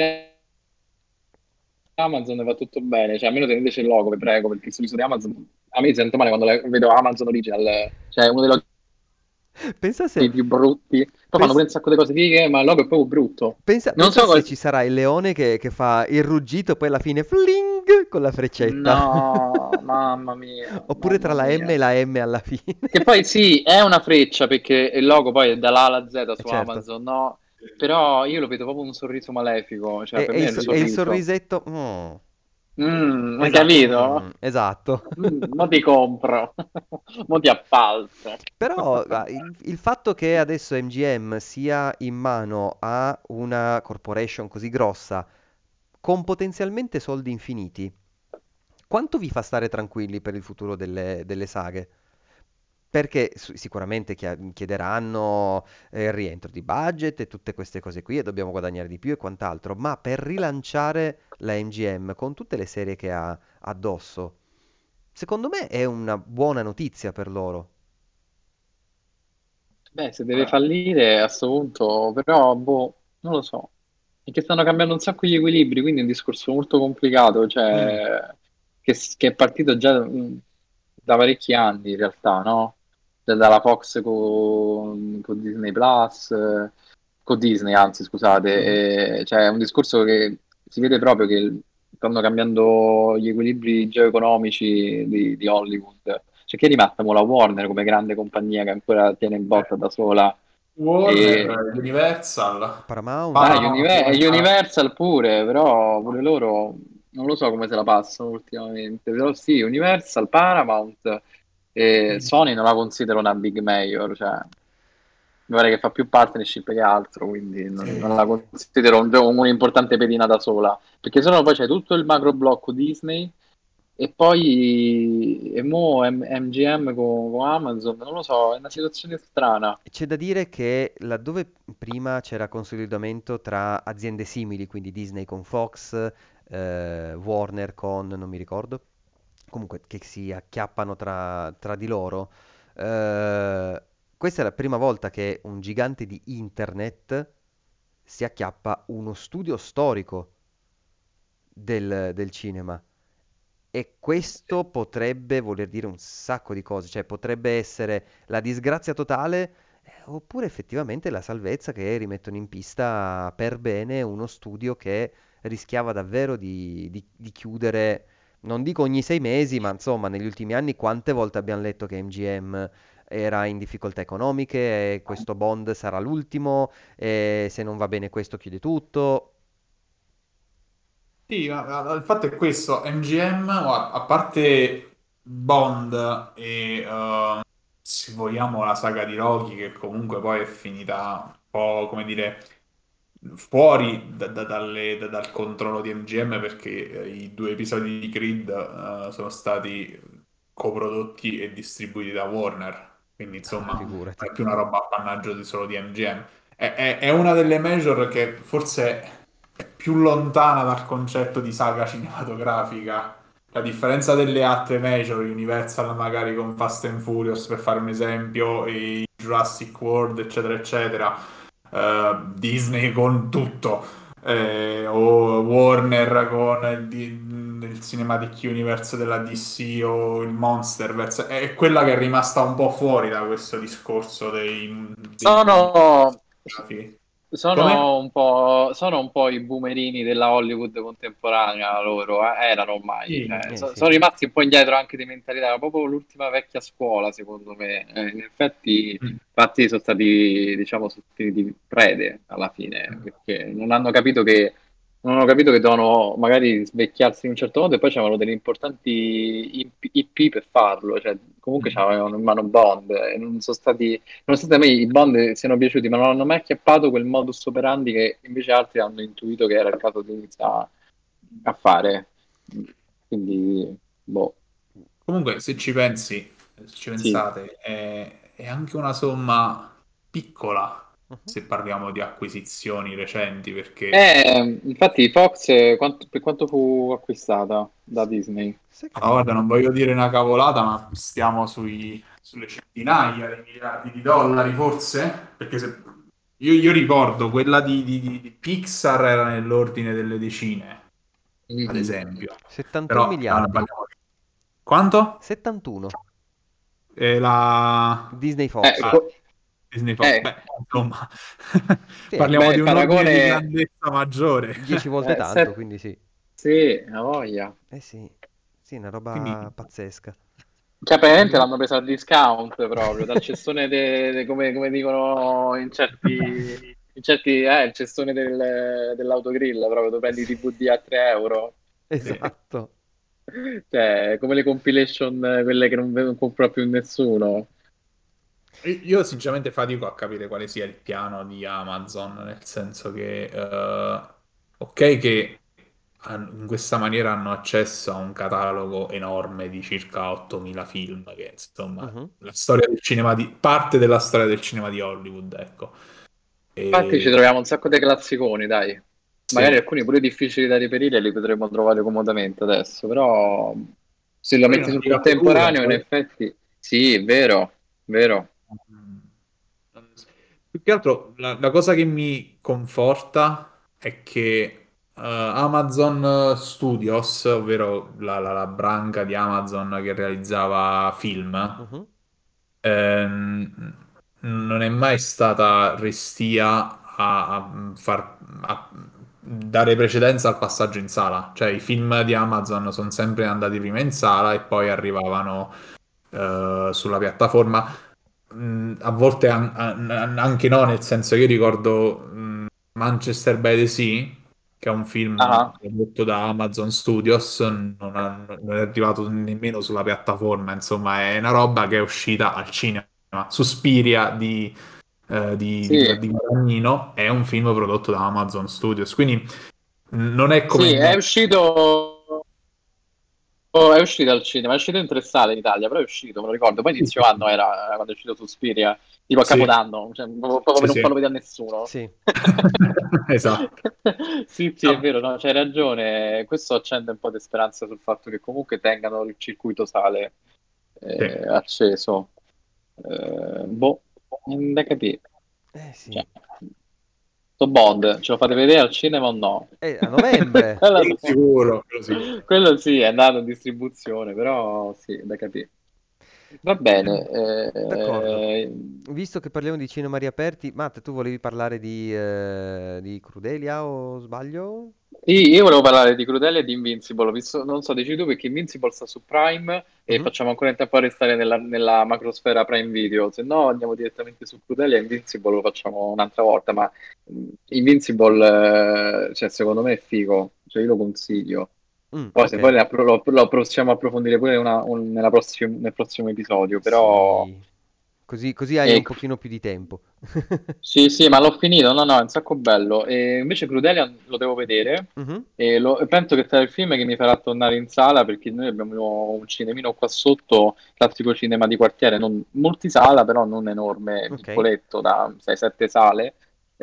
Amazon e va tutto bene. Cioè, almeno teneteci il logo, vi prego, perché il sorriso di Amazon... A me sento male quando le- vedo Amazon Original. Cioè, uno dei loghi Pensa se, più brutti. Poi fanno pens- pure un sacco di cose fighe, ma il logo è proprio brutto. pensa, Non pensa so se cosa... ci sarà il leone che, che fa il ruggito e poi alla fine fling con la freccetta. No, mamma mia, Oppure tra mamma la M mia. e la M alla fine. Che poi sì, è una freccia perché il logo poi è dall'A alla Z Eh, su certo. Amazon, no? Però io lo vedo proprio un sorriso malefico, cioè E, per e me il, è il so- e il sorriso. sorrisetto. mm, Mm, hai esa- capito? mm, esatto. Mm, mo ti compro, mo ti appalto. Però ah, il, il fatto che adesso M G M sia in mano a una corporation così grossa, con potenzialmente soldi infiniti, quanto vi fa stare tranquilli per il futuro delle, delle saghe? Perché su- sicuramente chia- chiederanno eh, il rientro di budget e tutte queste cose qui e dobbiamo guadagnare di più e quant'altro, ma per rilanciare la M G M con tutte le serie che ha addosso, secondo me è una buona notizia per loro. Beh, se deve fallire a sto punto, però, boh, non lo so. È che stanno cambiando un sacco gli equilibri, quindi è un discorso molto complicato, Mm, cioè, che, che è partito già mm, da parecchi anni in realtà, no? Da- Dalla Fox con, con Disney Plus, eh, con Disney, anzi, mhm. scusate, e, cioè, è un discorso che si vede proprio che stanno cambiando gli equilibri geoeconomici di, di Hollywood. Cioè, che rimatta mo la Warner come grande compagnia che ancora tiene in Eh, botta da sola. E, Warner, Universal, Paramount? ah, Paramount, Univer- questa- Universal pure, però pure loro non lo so come se la passano ultimamente. Però sì, Universal, Paramount e Sony non la considero una big major, cioè mi pare che fa più partnership che altro, quindi non, non la sì. considero un- un'importante pedina da sola, perché sennò poi c'è tutto il macro blocco Disney e poi e mo M- MGM con, con Amazon, non lo so, è una situazione strana. C'è da dire che laddove prima c'era consolidamento tra aziende simili, quindi Disney con Fox, eh, Warner con, non mi ricordo, comunque che si acchiappano tra, tra di loro, eh, questa è la prima volta che un gigante di internet si acchiappa uno studio storico del, del cinema. E questo potrebbe voler dire un sacco di cose, cioè potrebbe essere la disgrazia totale, eh, oppure effettivamente la salvezza che rimettono in pista per bene uno studio che rischiava davvero di, di- di chiudere, non dico ogni sei mesi, ma insomma negli ultimi anni quante volte abbiamo letto che M G M era in difficoltà economiche e questo bond sarà l'ultimo e se non va bene questo chiude tutto. Sì, ma- ma il fatto è questo, M G M, guarda, a parte Bond e eh, se vogliamo la saga di Rocky, che comunque poi è finita un po', come dire, fuori da- da- dalle- da- dal controllo di M G M perché eh, i due episodi di Creed eh, sono stati coprodotti e distribuiti da Warner, quindi Ah, insomma non figurati. è più una roba appannaggio di solo di M G M. È, è- è una delle major che forse è più lontana dal concetto di saga cinematografica. La differenza delle altre major, Universal magari con Fast and Furious per fare un esempio, e Jurassic World, eccetera, eccetera, eh, Disney con tutto, eh, o Warner con il di- del Cinematic Universe della D C o il Monsterverse, è quella che è rimasta un po' fuori da questo discorso dei, dei Sono, cinematografi. Come? sono un po', sono un po' i boomerini della Hollywood contemporanea loro, eh, erano ormai, Sì. cioè, Eh, so- sì. sono rimasti un po' indietro anche di mentalità, proprio l'ultima vecchia scuola, secondo me. Eh, in effetti, Mm. infatti, sono stati, diciamo, sono di prede alla fine, perché non hanno capito che non hanno capito che devono magari svecchiarsi in un certo modo e poi c'erano degli importanti I P I P per farlo, cioè comunque Mm. c'avevano in mano Bond e non sono stati, nonostante a me i Bond siano piaciuti, ma non hanno mai acchiappato quel modus operandi che invece altri hanno intuito che era il caso di iniziare a fare. Quindi, boh, Comunque, se ci pensi, se ci sì. pensate, è, è anche una somma piccola Mhm. se parliamo di acquisizioni recenti, perché Eh, infatti Fox, eh, quanto- per quanto fu acquistata da Disney? Sai che non allora, me guarda, lo non voglio dire una cavolata, ma stiamo sui, sulle centinaia di miliardi di dollari, forse? Perché se, io, io ricordo quella di, di- di- di Pixar era nell'ordine delle decine, ad Mhm. esempio. settantuno Però ah, miliardi. parliamo di- quanto? settantuno. Eh, la Disney Eh, Fox. ah, co- Disney Fox. eh, Beh, insomma, Sì, è parliamo beh, di un ordine di paragone, grandezza maggiore. dieci volte eh, tanto, se- quindi sì. sì, ha voglia. Eh sì, sì, una Quindi, roba pazzesca. Cioè, praticamente secondo l'hanno presa al discount proprio, dal cestone, de- de- come, come dicono in certi, in certi eh, il cestone del- dell'autogrill, proprio, tu prendi i Sì, D V D a tre euro. me, esatto. Cioè, come le compilation, eh, quelle che non, non compra più nessuno. io sinceramente fatico a capire quale sia il piano di Amazon, nel senso che, eh, ok, che han- in questa maniera hanno accesso a un catalogo enorme di circa ottomila film, che insomma, Mhm. la storia del cinema di, parte della storia del cinema di Hollywood, ecco. Infatti ci E, troviamo un sacco di classiconi, dai. Magari sì, alcuni pure difficili da reperire li potremmo trovare comodamente adesso, però se lo poi metti non sul arriva dura, contemporaneo, in poi. effetti, sì, è vero, vero. Mm. Più che altro la, la cosa che mi conforta è che eh, Amazon Studios, ovvero la, la- la branca di Amazon che realizzava film, Mhm. ehm, non è mai stata restia a, a far, a dare precedenza al passaggio in sala. Cioè i film di Amazon sono sempre andati prima in sala e poi arrivavano eh, sulla piattaforma. Mh, a volte an- an- anche no, nel senso che io ricordo mh, Manchester by the Sea, che è un film Ah, prodotto da Amazon Studios, non, ha- non è arrivato nemmeno sulla piattaforma, insomma è una roba che è uscita al cinema. Suspiria di, eh, di, di, sì, di Guadagnino è un film prodotto da Amazon Studios, quindi mh, non è come sì, è Netflix. uscito. Oh, è uscito al cinema, è uscito in tre sale in Italia, però è uscito, me lo ricordo. Poi Sì, inizio sì, anno era quando è uscito Suspiria, tipo a sì, Capodanno, cioè, proprio proprio sì, per non sì. farlo vedere a nessuno. Sì. Esatto. Sì, sì, è vero, no, c'hai ragione. Questo accende un po' di speranza sul fatto che comunque tengano il circuito sale Sì. eh, acceso. Eh, boh, non da capire. Eh sì. Cioè, sto Bond, ce lo fate vedere al cinema o no? Eh, a novembre. Quella- Quello sicuro, quello sicuro. Quello sì, è andato in distribuzione, però sì, da capire. Va bene. D'accordo. eh, Visto che parliamo di cinema riaperti, Matt, tu volevi parlare di, eh, di Crudelia o sbaglio? Sì, io volevo parlare di Crudele e di Invincible, ho visto, non so, dici tu perché Invincible sta su Prime e Mhm. facciamo ancora in tempo a restare nella, nella macrosfera Prime Video, se no andiamo direttamente su Crudele e Invincible lo facciamo un'altra volta, ma mh, Invincible, eh, cioè, secondo me è figo, cioè io lo consiglio. Mm, Poi se ok. poi ne appro- lo, lo possiamo approfondire pure una- un- nella prossima- nel prossimo episodio, però... Sì. Così, così hai un ecco. pochino più di tempo. Sì, sì, ma l'ho finito, no, no, è un sacco bello. E invece Crudelia lo devo vedere Mhm. e, lo- e penso che sarà il film che mi farà tornare in sala perché noi abbiamo un cinemino qua sotto, classico cinema di quartiere, non multisala, però non enorme, Ok. piccoletto, da sei sette sale.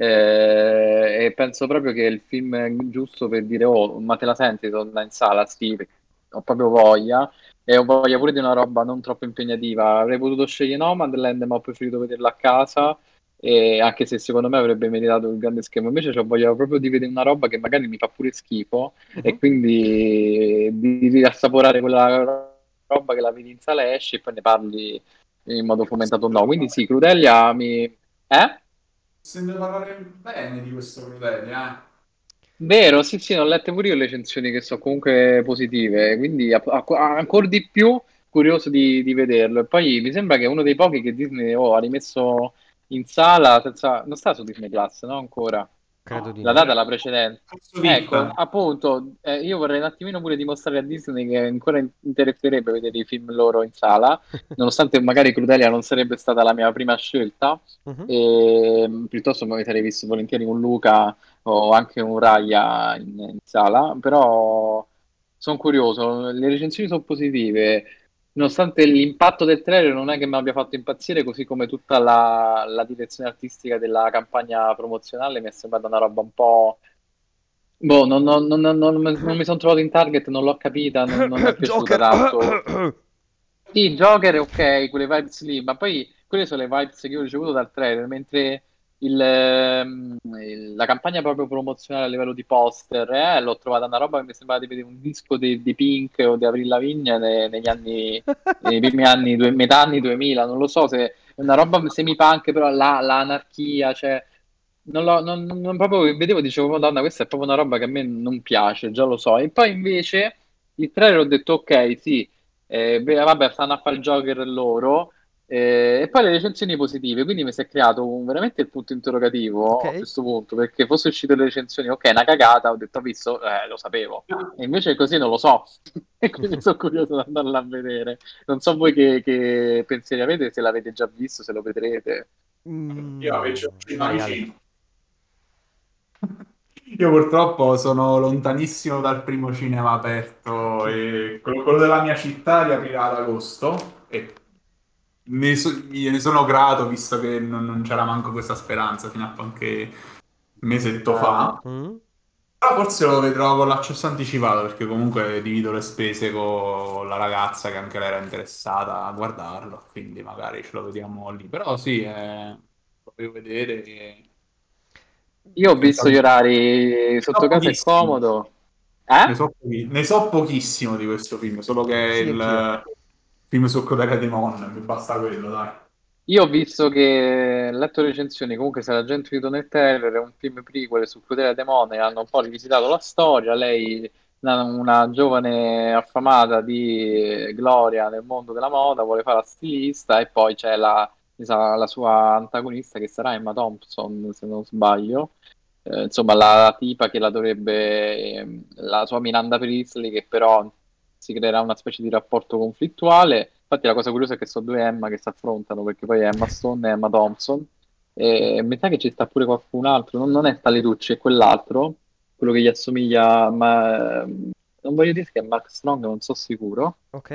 Eh, e penso proprio che è il film giusto per dire, oh, ma te la senti tornare in sala? Sì, perché ho proprio voglia. E ho voglia pure di una roba non troppo impegnativa. Avrei potuto scegliere Nomadland, ma ho preferito vederla a casa. e anche se secondo me avrebbe meritato il grande schermo, invece cioè, voglio proprio di vedere una roba che magari mi fa pure schifo e Mhm. quindi di, di assaporare quella roba che la vedi in sala, esci e poi ne parli in modo fomentato o no. Quindi sì, Crudelia mi... Eh? Sento parlare bene di questo Crudelia, eh. Vero, sì, sì, ne ho lette pure io le recensioni che sono comunque positive, quindi a- a- a- ancora di più curioso di, di vederlo. E poi mi sembra che è uno dei pochi che Disney oh, ha rimesso in sala senza... Non sta su Disney Plus, no? Ancora. Credo di La no. data è la precedente. Cazzo V I P. Ecco, appunto, eh, io vorrei un attimino pure dimostrare a Disney che ancora in- interesserebbe vedere i film loro in sala, nonostante magari Crudelia non sarebbe stata la mia prima scelta, Mhm. e, mh, piuttosto mi sarei visto volentieri un Luca o anche un Raya in, in sala, però sono curioso, le recensioni sono positive, nonostante l'impatto del trailer non è che mi abbia fatto impazzire, così come tutta la, la direzione artistica della campagna promozionale mi è sembrata una roba un po'... Boh, non, non- non- non- non mi non mi sono trovato in target, non l'ho capita, non, non mi è piaciuta Joker. tanto. Sì, Joker è ok, quelle vibes lì, ma poi quelle sono le vibes che io ho ricevuto dal trailer, mentre il, ehm, il- la campagna proprio promozionale a livello di poster, eh, l'ho trovata una roba che mi sembrava di vedere un disco di, di Pink o di Avril Lavigne ne- negli anni, nei primi anni, due- metà anni duemila, non lo so se è una roba semi-punk, però la, l'anarchia, cioè, non, l'ho- non- non proprio vedevo, dicevo, Madonna, questa è proprio una roba che a me non piace, già lo so, e poi invece il trailer ho detto, ok, sì. Eh, beh, vabbè, stanno a fare il Joker loro. Eh, e poi le recensioni positive, quindi mi si è creato un- veramente il punto interrogativo a Ok. questo punto, perché fosse uscite le recensioni, ok, è una cagata, ho detto, ho visto, eh, lo sapevo. E invece così non lo so, e quindi sono curioso di andarla a vedere. Non so voi che, che pensieri avete, se l'avete già visto, se lo vedrete. Io Mm, avevo un cinema vai Ale. vicino. Io purtroppo sono lontanissimo dal primo cinema aperto e quello, quello della mia città riaprirà ad agosto e ne so- gliene sono grato visto che non, non c'era manco questa speranza fino a qualche mesetto Eh, fa. Mm? Però forse lo vedrò con l'accesso anticipato perché comunque divido le spese con la ragazza che anche lei era interessata a guardarlo, quindi magari ce lo vediamo lì. Però sì, eh, lo voglio vedere e io ho visto pensavo... gli orari Ne so sotto casa, è pochissimo, comodo. ne Eh? so, pochi- ne so pochissimo di questo film, solo che è Sì, anch'io. il film su Codere Demon, mi basta quello, dai. Io ho visto che, ho letto recensioni, comunque se la gente udito nel trailer, è un film prequel su Crudelia Demone, hanno un po' rivisitato la storia, lei una, una giovane affamata di gloria nel mondo della moda, vuole fare la stilista e poi c'è la, mi sa, la sua antagonista che sarà Emma Thompson, se non sbaglio. Eh, insomma la tipa che la dovrebbe, ehm, la sua Miranda Priestley, che però si creerà una specie di rapporto conflittuale. Infatti la cosa curiosa è che sono due Emma che si affrontano, perché poi è Emma Stone e Emma Thompson, e mi sa che ci sta pure qualcun altro, non, non è tale Tucci, è quell'altro, quello che gli assomiglia, ma ehm, non voglio dire che è Mark Strong, non sono sicuro. Ok.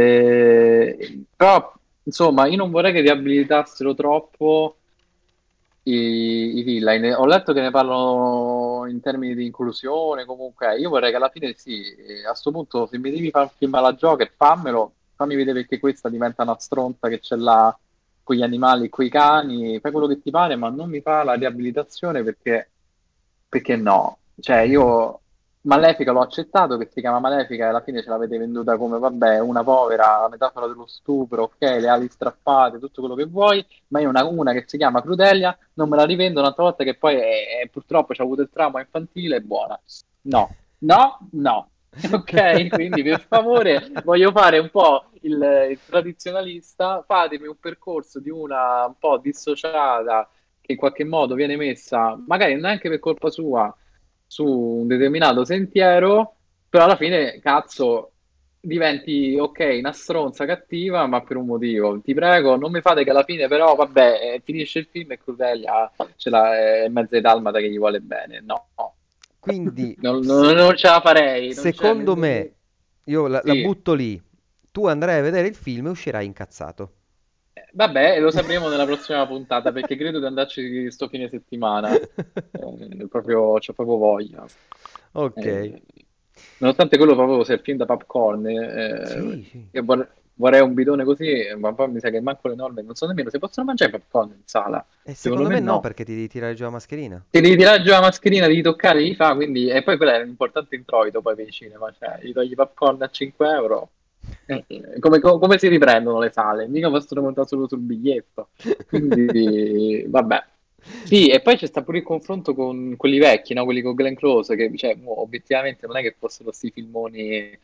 Eh, però insomma io non vorrei che riabilitassero troppo i, i villain. Ho letto che ne parlano in termini di inclusione, comunque io vorrei che alla fine sì, eh, a sto punto se mi devi fare un film alla Joker, fammelo, fammi vedere perché questa diventa una stronza che ce l'ha con gli animali, con i cani, fai quello che ti pare, ma non mi fa la riabilitazione perché, perché no? Cioè io Malefica l'ho accettato che si chiama Malefica e alla fine ce l'avete venduta come, vabbè, una povera metafora dello stupro, ok, le ali strappate, tutto quello che vuoi, ma io una, una che si chiama Crudelia non me la rivendo un'altra volta che poi è- è- purtroppo c'ha avuto il trauma infantile, è buona. No, no, no. Ok, quindi per favore voglio fare un po' il, il tradizionalista, fatemi un percorso di una un po' dissociata che in qualche modo viene messa, magari neanche per colpa sua, su un determinato sentiero, però alla fine, cazzo, diventi ok, una stronza cattiva, ma per un motivo. Ti prego, non mi fate che alla fine, però, vabbè, eh, finisce il film e Crudelia ce l'ha, è mezza dalmata che gli vuole bene. No, no. Quindi, Non, s- non- non ce la farei, non c'è... secondo me, io la, la Sì. butto lì. Tu andrai a vedere il film e uscirai incazzato. Eh, Vabbè, lo sapremo nella prossima puntata perché credo di andarci sto fine settimana. Eh, proprio, c'ho proprio voglia. Ok. Eh, nonostante quello proprio sia il film da popcorn, eh, Sì, sì. io vor- vorrei un bidone così, ma poi mi sa che manco le norme, non so nemmeno se possono mangiare i popcorn in sala. E Secondo secondo me me no, no. perché ti devi tirare giù la mascherina. Ti devi tirare giù la mascherina, devi toccare, devi fa, quindi... E poi quello è un importante introito poi per i cinema, cioè gli togli i popcorn a cinque euro. Eh, Come, co- come si riprendono le sale? Mica possono montare solo sul biglietto. Quindi, vabbè. Sì, e poi c'è sta pure il confronto con quelli vecchi, no? Quelli con Glenn Close, che cioè, mo, obiettivamente non è che fossero questi filmoni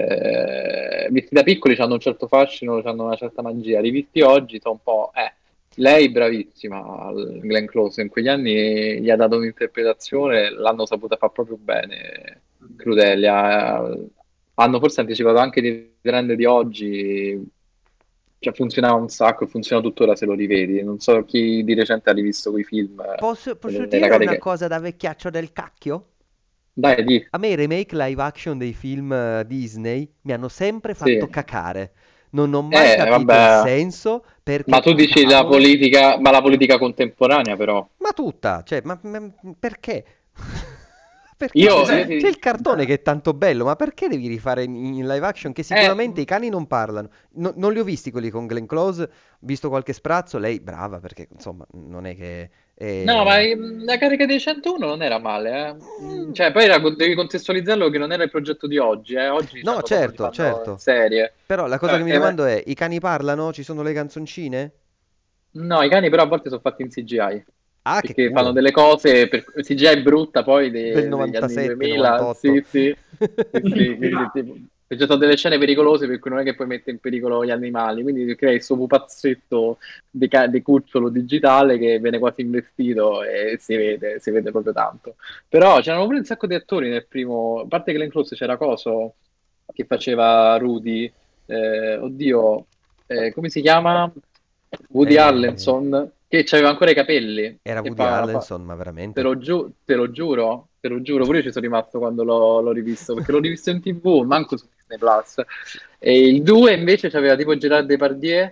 eh, visti da piccoli, hanno un certo fascino, hanno una certa magia. Rivisti oggi sono un po'... Eh, lei bravissima, l- Glenn Close, in quegli anni gli ha dato un'interpretazione, l'hanno saputa fare proprio bene, Crudelia. eh, Hanno forse anticipato anche i trend di oggi, cioè funzionava un sacco e funziona tuttora se lo rivedi. Non so chi di recente ha rivisto quei film Posso, posso eh, della dire una carica. cosa da vecchiaccio del cacchio? Dai, di, A me i remake live action dei film eh, Disney mi hanno sempre sì. fatto cacare. Non ho mai Eh, capito il vabbè, senso ma perché, tu dici la cavolo, politica, ma la politica contemporanea però. ma tutta, cioè, ma, ma- perché? Perché Io, c'è, io ti... c'è il cartone che è tanto bello, ma perché devi rifare in, in live action che Eh, sicuramente i cani non parlano? No- non li ho visti quelli con Glenn Close, ho visto qualche sprazzo, lei brava perché insomma non è che... no, ma è- mm, la carica dei centouno non era male, eh. Mm, Mm, Cioè, poi era- devi contestualizzarlo che non era il progetto di oggi, eh. Oggi no, c'hanno proprio, li certo, fanno in certo. serie. Però la cosa che Eh, mi eh, domando è, i cani parlano? Ci sono le canzoncine? no, i cani però a volte sono fatti in C G I, Ah, che perché fanno culo! delle cose, per... C G I brutta poi Del de- degli anni novantasette, duemila, novantotto. sì, sì, sì, sì, quindi tipo, ci sono delle scene pericolose per cui non è che puoi mettere in pericolo gli animali, quindi crei questo pupazzetto di, ca- di cucciolo digitale che viene quasi investito e si vede, si vede proprio tanto. Però c'erano pure un sacco di attori nel primo, a parte che Glenn Close c'era Coso che faceva Rudy, eh, oddio, eh, come si chiama? Woody Eh, Harrelson, che aveva ancora i capelli, era che Woody fa, fa- Harrelson, ma te veramente? lo, giu- te lo giuro, te lo giuro, pure io ci sono rimasto quando l'ho l'ho rivisto, perché l'ho rivisto in T V, manco su Disney Plus. E il due invece c'aveva tipo Gerard Depardieu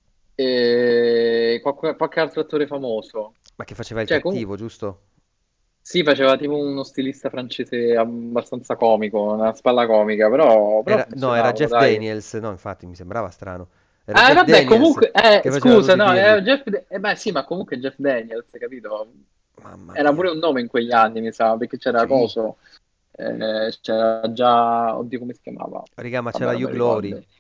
e qualche, qualche altro attore famoso. Ma che faceva il Cioè, comunque, cattivo, giusto? sì, faceva tipo uno stilista francese abbastanza comico, una spalla comica, però, però Era, no, era funzionavano, Jeff dai. Daniels, no, infatti mi sembrava strano. Era Ah, Jeff vabbè, Daniels comunque, eh, che faceva scusa, Rudy no, Dirty. eh, Jeff, eh, beh, sì, ma comunque Jeff Daniels, capito? Mamma Era pure mia. un nome in quegli anni, mi sa, perché c'era Sì. Coso, eh, c'era già, oddio, come si chiamava? Raga, ma c'era Vabbè, non Hugh mi Glory. ricordo.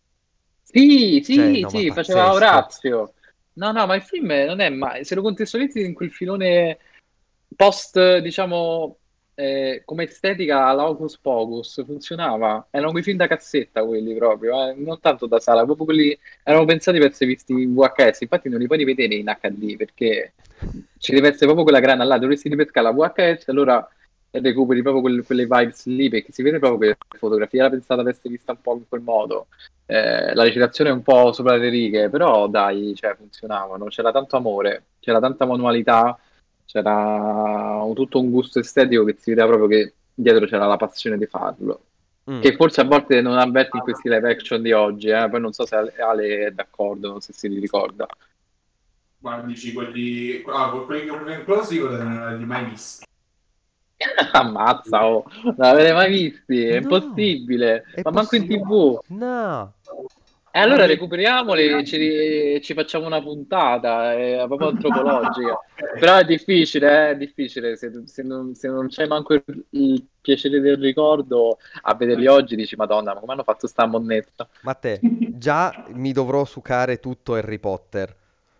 Sì, Cioè, sì, no, ma sì, faceva pazzesco. Orazio. No, no, ma il film non è mai, se lo contestualizzi in quel filone post, diciamo, eh, come estetica alla Hocus Pocus, funzionava. Erano quei film da cassetta quelli proprio, eh, non tanto da sala, proprio quelli erano pensati per essere visti in V H S, infatti non li puoi rivedere in H D perché ci deve essere proprio quella grana là, dovresti ripescare la V H S, allora recuperi proprio quel- quelle vibes lì perché si vede proprio che la fotografia era pensata per essere vista un po' in quel modo. Eh, la recitazione è un po' sopra le righe, però dai, cioè, funzionavano, c'era tanto amore, c'era tanta manualità, c'era un- tutto un gusto estetico che si vedeva proprio che dietro c'era la passione di farlo. Mm. Che forse a volte non avverti in questi live action di oggi, eh, poi non so se Ale Ale è d'accordo, non so se si ricorda. Ma dici quelli, ah, quelli che Glenn Close dico che non li mai visti. Ammazza, oh, non l'avete mai visti? È No, impossibile, è ma manco in possibile. T V. No. E Non allora li... recuperiamoli e ci, ci facciamo una puntata, è proprio antropologica. Però è difficile, eh, è difficile. Se, se non, se non c'è manco il, il piacere del ricordo a vederli oggi, dici, Madonna, ma come hanno fatto sta monnezza? Ma te, già mi dovrò sucare tutto Harry Potter.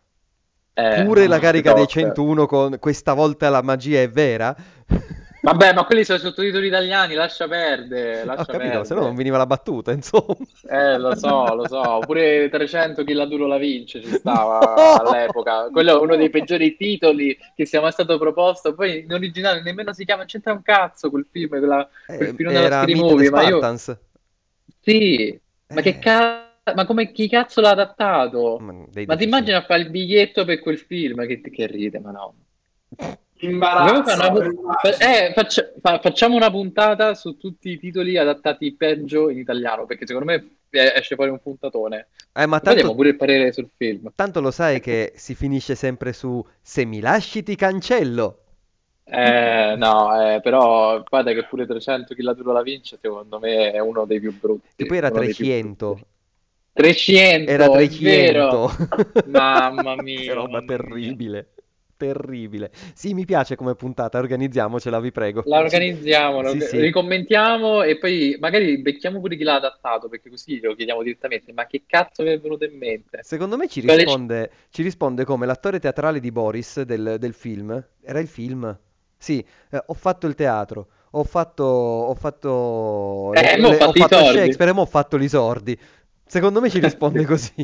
Eh, Pure la ti carica dei tocca. centouno con questa volta la magia è vera? Vabbè, ma quelli sono i sottotitoli italiani, lascia perdere, Ho lascia capito, se no non perdere. veniva la battuta, insomma. Eh, lo so, lo so, pure trecento chi la duro la vince ci stava No! all'epoca. Quello è uno dei peggiori titoli che sia mai stato proposto. Poi in originale nemmeno si chiama, c'entra un cazzo quel film, quella- quel Eh, film della era Scary Meet the Movie, ma io Spartans. sì, ma che Eh, cazzo, ma come chi cazzo l'ha adattato? ma dei Ma ti deficienti. immagini a fare il biglietto per quel film? Che, che ride, ma no. Dobbiamo fare Imbarazzo. una pu- fa- eh, faccia- fa- facciamo una puntata su tutti i titoli adattati peggio in italiano, perché secondo me eh, esce fuori un puntatone. Eh, ma Poi diamo tanto, pure il parere sul film. tanto lo sai che si finisce sempre su se mi lasci ti cancello. Eh, no, eh, però guarda che pure trecento chi la dura la vince, secondo me è uno dei più Che brutti, poi era uno dei più brutti. trecento. trecento, Era è trecento. vero. Mamma mia, Che roba mamma mia. terribile. Terribile. Sì, mi piace come puntata, organizziamocela, vi prego. La organizziamo, lo- Sì, sì. ricommentiamo e poi magari becchiamo pure chi l'ha adattato, perché così lo chiediamo direttamente. Ma che cazzo mi è venuto in mente? Secondo me ci Quale c- risponde, ci risponde come l'attore teatrale di Boris del, del film. Era il film? Sì, eh, ho fatto il teatro, ho fatto, ho fatto, le- Eh, mo' ho le- ho fatto i fatto sordi. Shakespeare e mo ho fatto gli sordi. Secondo me ci risponde così.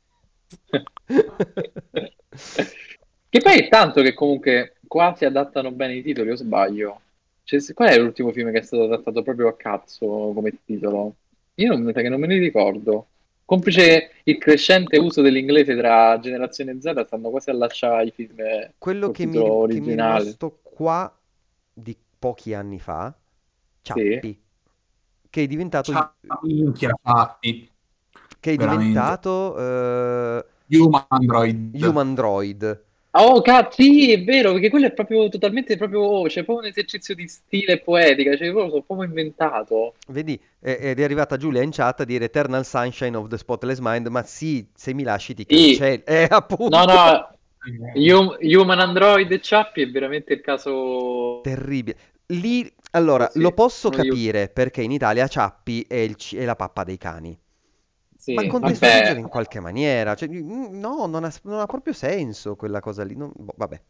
Che poi è tanto che comunque qua si adattano bene i titoli, o sbaglio? Cioè, se- qual è l'ultimo film che è stato adattato proprio a cazzo come titolo? Io non, mi sa che non me ne ricordo. Complice il crescente uso dell'inglese tra generazione Z, stanno quasi a lasciare i film Quello col che mi, titolo ri- che mi è originale. rimasto qua di pochi anni fa, Sì. Ciappi, che è diventato, Ciao, minchia, fatti, che è veramente. diventato eh, Human Android. Human Droid. Oh, cazzo, sì, è vero, perché quello è proprio totalmente proprio, c'è proprio un esercizio di stile e poetica, cioè proprio l'ho proprio inventato. Vedi, eh, ed è arrivata Giulia in chat a dire Eternal Sunshine of the Spotless Mind, ma sì, se mi lasci ti Sì, cancelli. Eh, no, appunto. no, Hum- Human Android e Chappie è veramente il caso. Terribile. Lì, allora, lo Così, posso uno degli- capire perché in Italia Ciappi è, il ci- è la pappa dei cani. Ma Sì, contestualizzalo vabbè. in qualche maniera. Cioè, mm, no, non ha, non ha proprio senso quella cosa lì. non- boh, vabbè.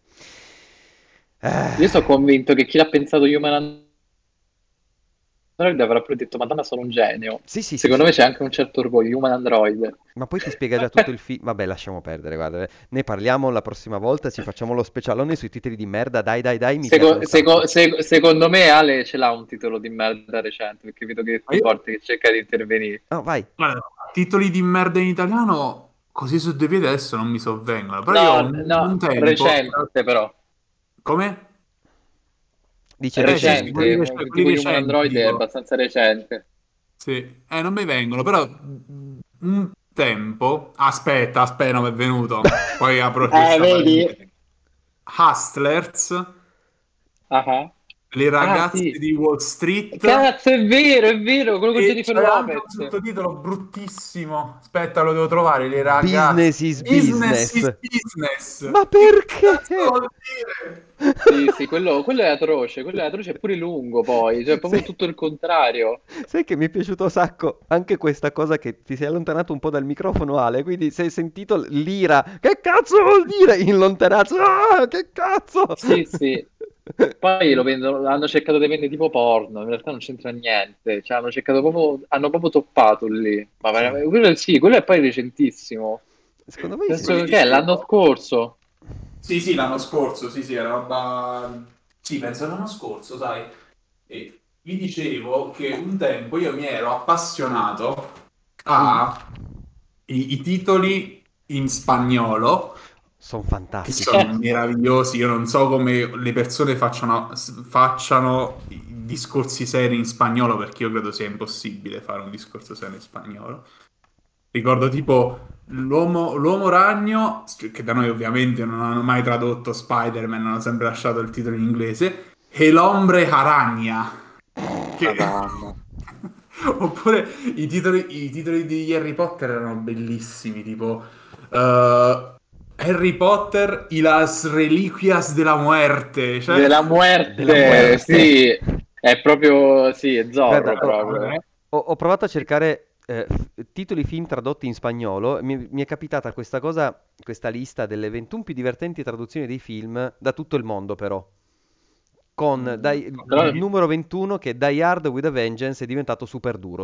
Io Eh, sono convinto che chi l'ha pensato Human Android avrà pure detto, Madonna, sono un genio. sì, sì, sì, Secondo sì. me c'è anche un certo orgoglio, Human Android. Ma poi ti spiega già tutto il film. Vabbè, lasciamo perdere, guarda. Ne parliamo la prossima volta, ci facciamo lo specialone sui titoli di merda. Dai, dai, dai, mi piace un Seco- seco- sacco. se- secondo me Ale ce l'ha un titolo di merda recente, perché vedo che Ma più io, volte che cerca di intervenire. Oh, vai. guarda, titoli di merda in italiano, così su due piedi adesso non mi sovvengono. Però io No, un, un no, tempo... recente però. Come? Dice Eh sì, sì, recente. quelli, Recente, rec- eh, quelli tipo Human recenti, Android è dico. abbastanza recente. Sì, eh, non mi vengono, però mm, un tempo... Aspetta, aspetta, non mi è venuto. Poi apro Eh, questa vedi? parentesi. Hustlers, Ah, ah. le Ah, ragazze sì. di Wall Street. Cazzo, è vero, è vero, quello con E Jennifer c'era anche un Lopez. sottotitolo bruttissimo. Aspetta, lo devo trovare. Le ragazze. Business is Business business. is business. Ma Che perché? cazzo vuol dire? Sì, sì, quello, quello è atroce, quello è atroce, è pure lungo poi, cioè è proprio Sai, tutto il contrario. sai che mi è piaciuto un sacco anche questa cosa che ti sei allontanato un po' dal microfono, Ale, quindi sei sentito l'ira. Che cazzo vuol dire in lontananza? Ah, che cazzo! Sì, sì. Poi lo vendono, hanno cercato di vendere tipo porno, in realtà non c'entra niente, cioè hanno cercato proprio, hanno proprio toppato lì. Ma Sì. veramente- quello sì, quello è poi recentissimo. Secondo me sì. Quelli Penso che è l'anno dicevo. scorso. Sì, sì, l'anno scorso, sì, sì, era roba... Sì, penso l'anno scorso, sai. E vi dicevo che un tempo io mi ero appassionato Mm. a i, i titoli in spagnolo, Sono che fantastici. sono meravigliosi. Io non so come le persone facciano, facciano i discorsi seri in spagnolo, perché io credo sia impossibile fare un discorso serio in spagnolo. Ricordo tipo l'uomo, l'uomo ragno, che da noi ovviamente non hanno mai tradotto Spider-Man, hanno sempre lasciato il titolo in inglese, e l'ombre aragna. Che... Madonna. Oppure i titoli, i titoli di Harry Potter erano bellissimi, tipo eh, Harry Potter y las reliquias de la muerte. Cioè... Della Della muerte, muerte. sì, è proprio, sì, è Guarda, Zorro ho, proprio. ho- ho provato a cercare eh, f- titoli film tradotti in spagnolo. Mi, mi è capitata questa cosa, questa lista delle ventuno più divertenti traduzioni dei film da tutto il mondo, però. Con Mm, dai- Però, il numero ventuno che Die Hard with a Vengeance è diventato super duro.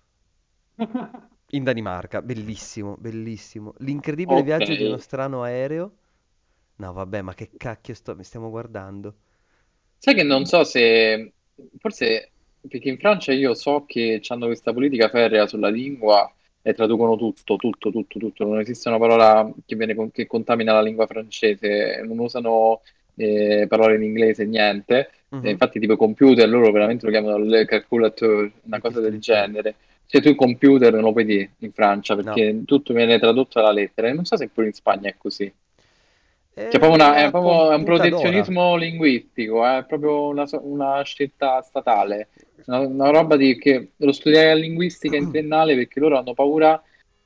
In Danimarca, bellissimo, bellissimo. L'incredibile ok. viaggio di uno strano aereo. No, vabbè, ma che cacchio sto, mi stiamo guardando? Sai che non so se, forse, perché in Francia io so che hanno questa politica ferrea sulla lingua e traducono tutto, tutto, tutto, tutto. Non esiste una parola che viene con- che contamina la lingua francese, non usano eh, parole in inglese, niente. E Mhm. infatti, tipo computer, loro veramente lo chiamano le calculateur, una Il cosa del pistoletto. genere. Se tu computer non lo puoi dire in Francia No. perché tutto viene tradotto alla lettera. E non so se pure in Spagna è così. Cioè, È proprio una- è una proprio è un computadora. protezionismo linguistico, è proprio una, so- una scelta statale, una, una roba di che lo studiare la linguistica in triennale perché loro hanno paura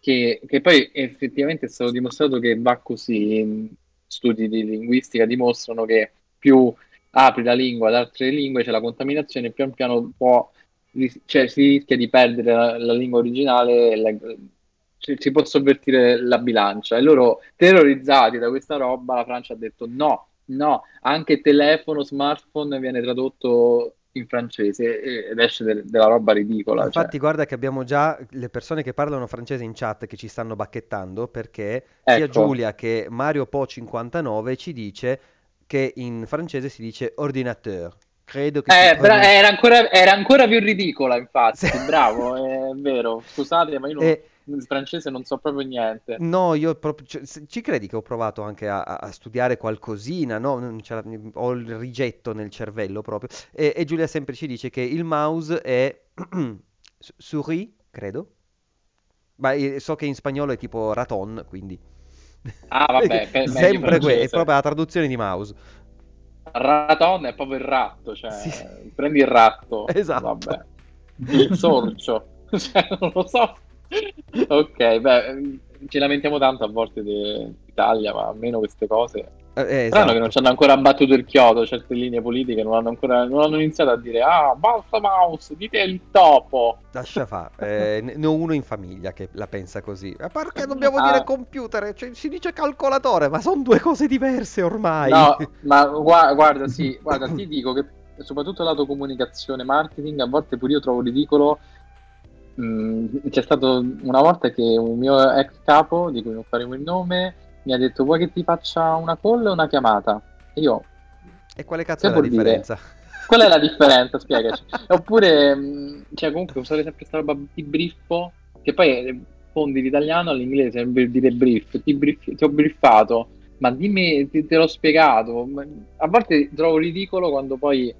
che, che poi effettivamente è stato dimostrato che va così. Studi di linguistica dimostrano che più apri la lingua ad altre lingue c'è la contaminazione, pian piano può, cioè, si rischia di perdere la, la lingua originale, la, ci, si può sovvertire la bilancia. E loro, terrorizzati da questa roba, la Francia ha detto no, no, anche telefono, smartphone viene tradotto in francese ed esce de- della roba ridicola. Infatti, Cioè. guarda che abbiamo già le persone che parlano francese in chat che ci stanno bacchettando perché sia Ecco. Giulia che Mario Po cinquantanove ci dice che in francese si dice ordinateur. Credo che si Eh, bra- pronunci- era ancora, era ancora più ridicola, infatti, Sì. bravo, è vero. Scusate, ma io non, E- in francese non so proprio niente. No, io proprio, cioè, se- ci credi che ho provato anche a, a- a studiare qualcosina, no? Non c'era- ho il rigetto nel cervello proprio. E, e Giulia sempre ci dice che il mouse è s- souris, credo. Ma eh, so che in spagnolo è tipo raton, quindi Ah, vabbè, pe- meglio sempre que- è francese. proprio la traduzione di mouse. Raton è proprio il ratto, cioè, Sì. prendi il ratto, Esatto. vabbè. Il sorcio, cioè, non lo so. Ok, beh, ci lamentiamo tanto a volte dell'Italia, ma almeno queste cose. Eh, eh, Strano che esatto. non ci hanno ancora abbattuto il chiodo, certe linee politiche non hanno ancora, non hanno iniziato a dire ah, basta mouse, dite il topo. Lascia fa, eh, ne ne ho uno in famiglia che la pensa così. Ma perché dobbiamo Ah. dire computer? Cioè, si dice calcolatore, ma sono due cose diverse ormai. No, ma gua- guarda, sì, guarda, ti dico che soprattutto lato comunicazione, marketing, a volte pure io trovo ridicolo. Mm, c'è stato una volta che un mio ex capo, di cui non faremo il nome, mi ha detto vuoi che ti faccia una call o una chiamata? E io, E quale cazzo che è la vuol dire? differenza? Qual è la differenza? Spiegaci. Oppure, mh, cioè, comunque usare sempre questa roba di briffo, che poi eh, fondi l'italiano all'inglese per dire brief, ti, brief- ti ho briefato, ma dimmi, ti- te l'ho spiegato. Ma a volte trovo ridicolo quando poi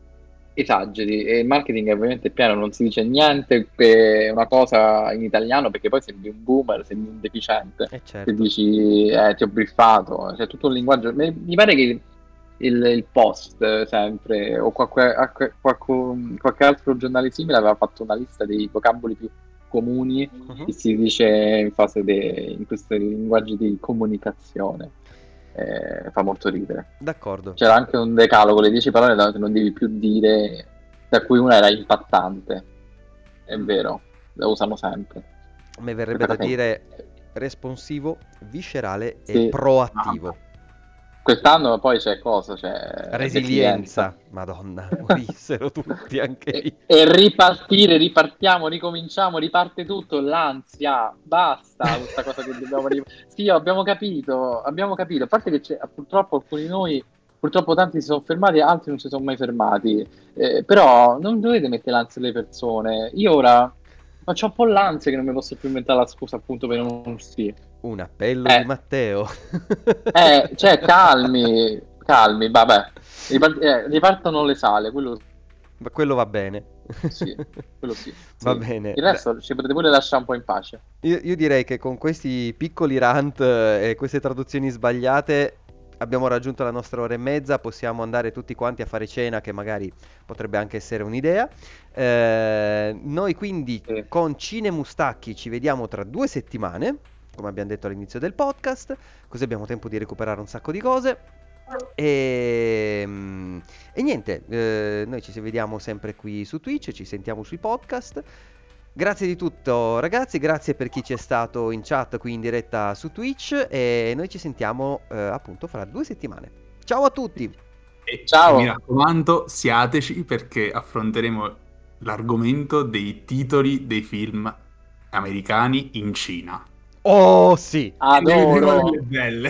esageri, e il marketing è ovviamente pieno, non si dice niente per una cosa in italiano perché poi sembri un boomer, sembri un deficiente. Eh Se certo. dici eh, ti ho briefato, c'è tutto un linguaggio. Mi, mi pare che il, il Post eh, sempre o qualche, qualche, qualche- qualche altro giornale simile aveva fatto una lista dei vocaboli più comuni Mhm. che si dice in fase de, in questi linguaggi di comunicazione. Eh, fa molto ridere. D'accordo. C'era anche un decalogo, le dieci parole da- che non devi più dire, da cui una era impattante. È vero, la usano sempre. A me verrebbe da Perfetto. dire responsivo, viscerale e Sì. proattivo. Quest'anno poi c'è cosa? C'è Resilienza. Madonna, morissero tutti anche E, lì. e ripartire, ripartiamo, ricominciamo, riparte tutto, l'ansia, basta questa cosa che dobbiamo rip- Sì, abbiamo capito, abbiamo capito, a parte che c'è, purtroppo alcuni di noi, purtroppo tanti si sono fermati, altri non si sono mai fermati, eh, però non dovete mettere l'ansia alle persone. Io ora faccio un po' l'ansia che non mi posso più inventare la scusa appunto per non uscire. Un appello Eh. di Matteo. Eh, cioè, calmi, calmi, vabbè, Ripart- eh, ripartono le sale, quello Ma quello va bene. sì, quello sì, Va sì. bene. Il resto ci potete pure lasciare un po' in pace. Io, io direi che con questi piccoli rant eh, e queste traduzioni sbagliate abbiamo raggiunto la nostra ora e mezza, possiamo andare tutti quanti a fare cena, che magari potrebbe anche essere un'idea. Eh, noi quindi Sì. con Cine Mustacchi ci vediamo tra due settimane, come abbiamo detto all'inizio del podcast, così abbiamo tempo di recuperare un sacco di cose. E, mm, e niente, eh, noi ci vediamo sempre qui su Twitch, ci sentiamo sui podcast. Grazie di tutto ragazzi, grazie per chi c'è stato in chat qui in diretta su Twitch e noi ci sentiamo eh, appunto fra due settimane. Ciao a tutti! E Ciao. mi raccomando, siateci perché affronteremo l'argomento dei titoli dei film americani in Cina. Oh sì! Adoro, Le belle.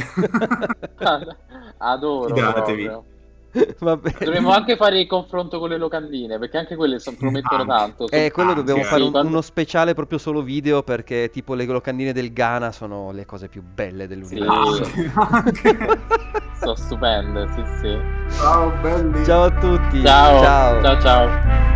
adoro Fidatevi. proprio. Va bene. Dovremmo anche fare il confronto con le locandine, perché anche quelle so- promettono Anche. tanto. Eh, quello Ah, dobbiamo sì, fare sì, un- quando- uno speciale proprio solo video perché tipo le locandine del Ghana sono le cose più belle dell'universo. Sì. Anche. Sono stupende, sì, sì. Ciao belli. Ciao a tutti! Ciao, Ciao. ciao, ciao.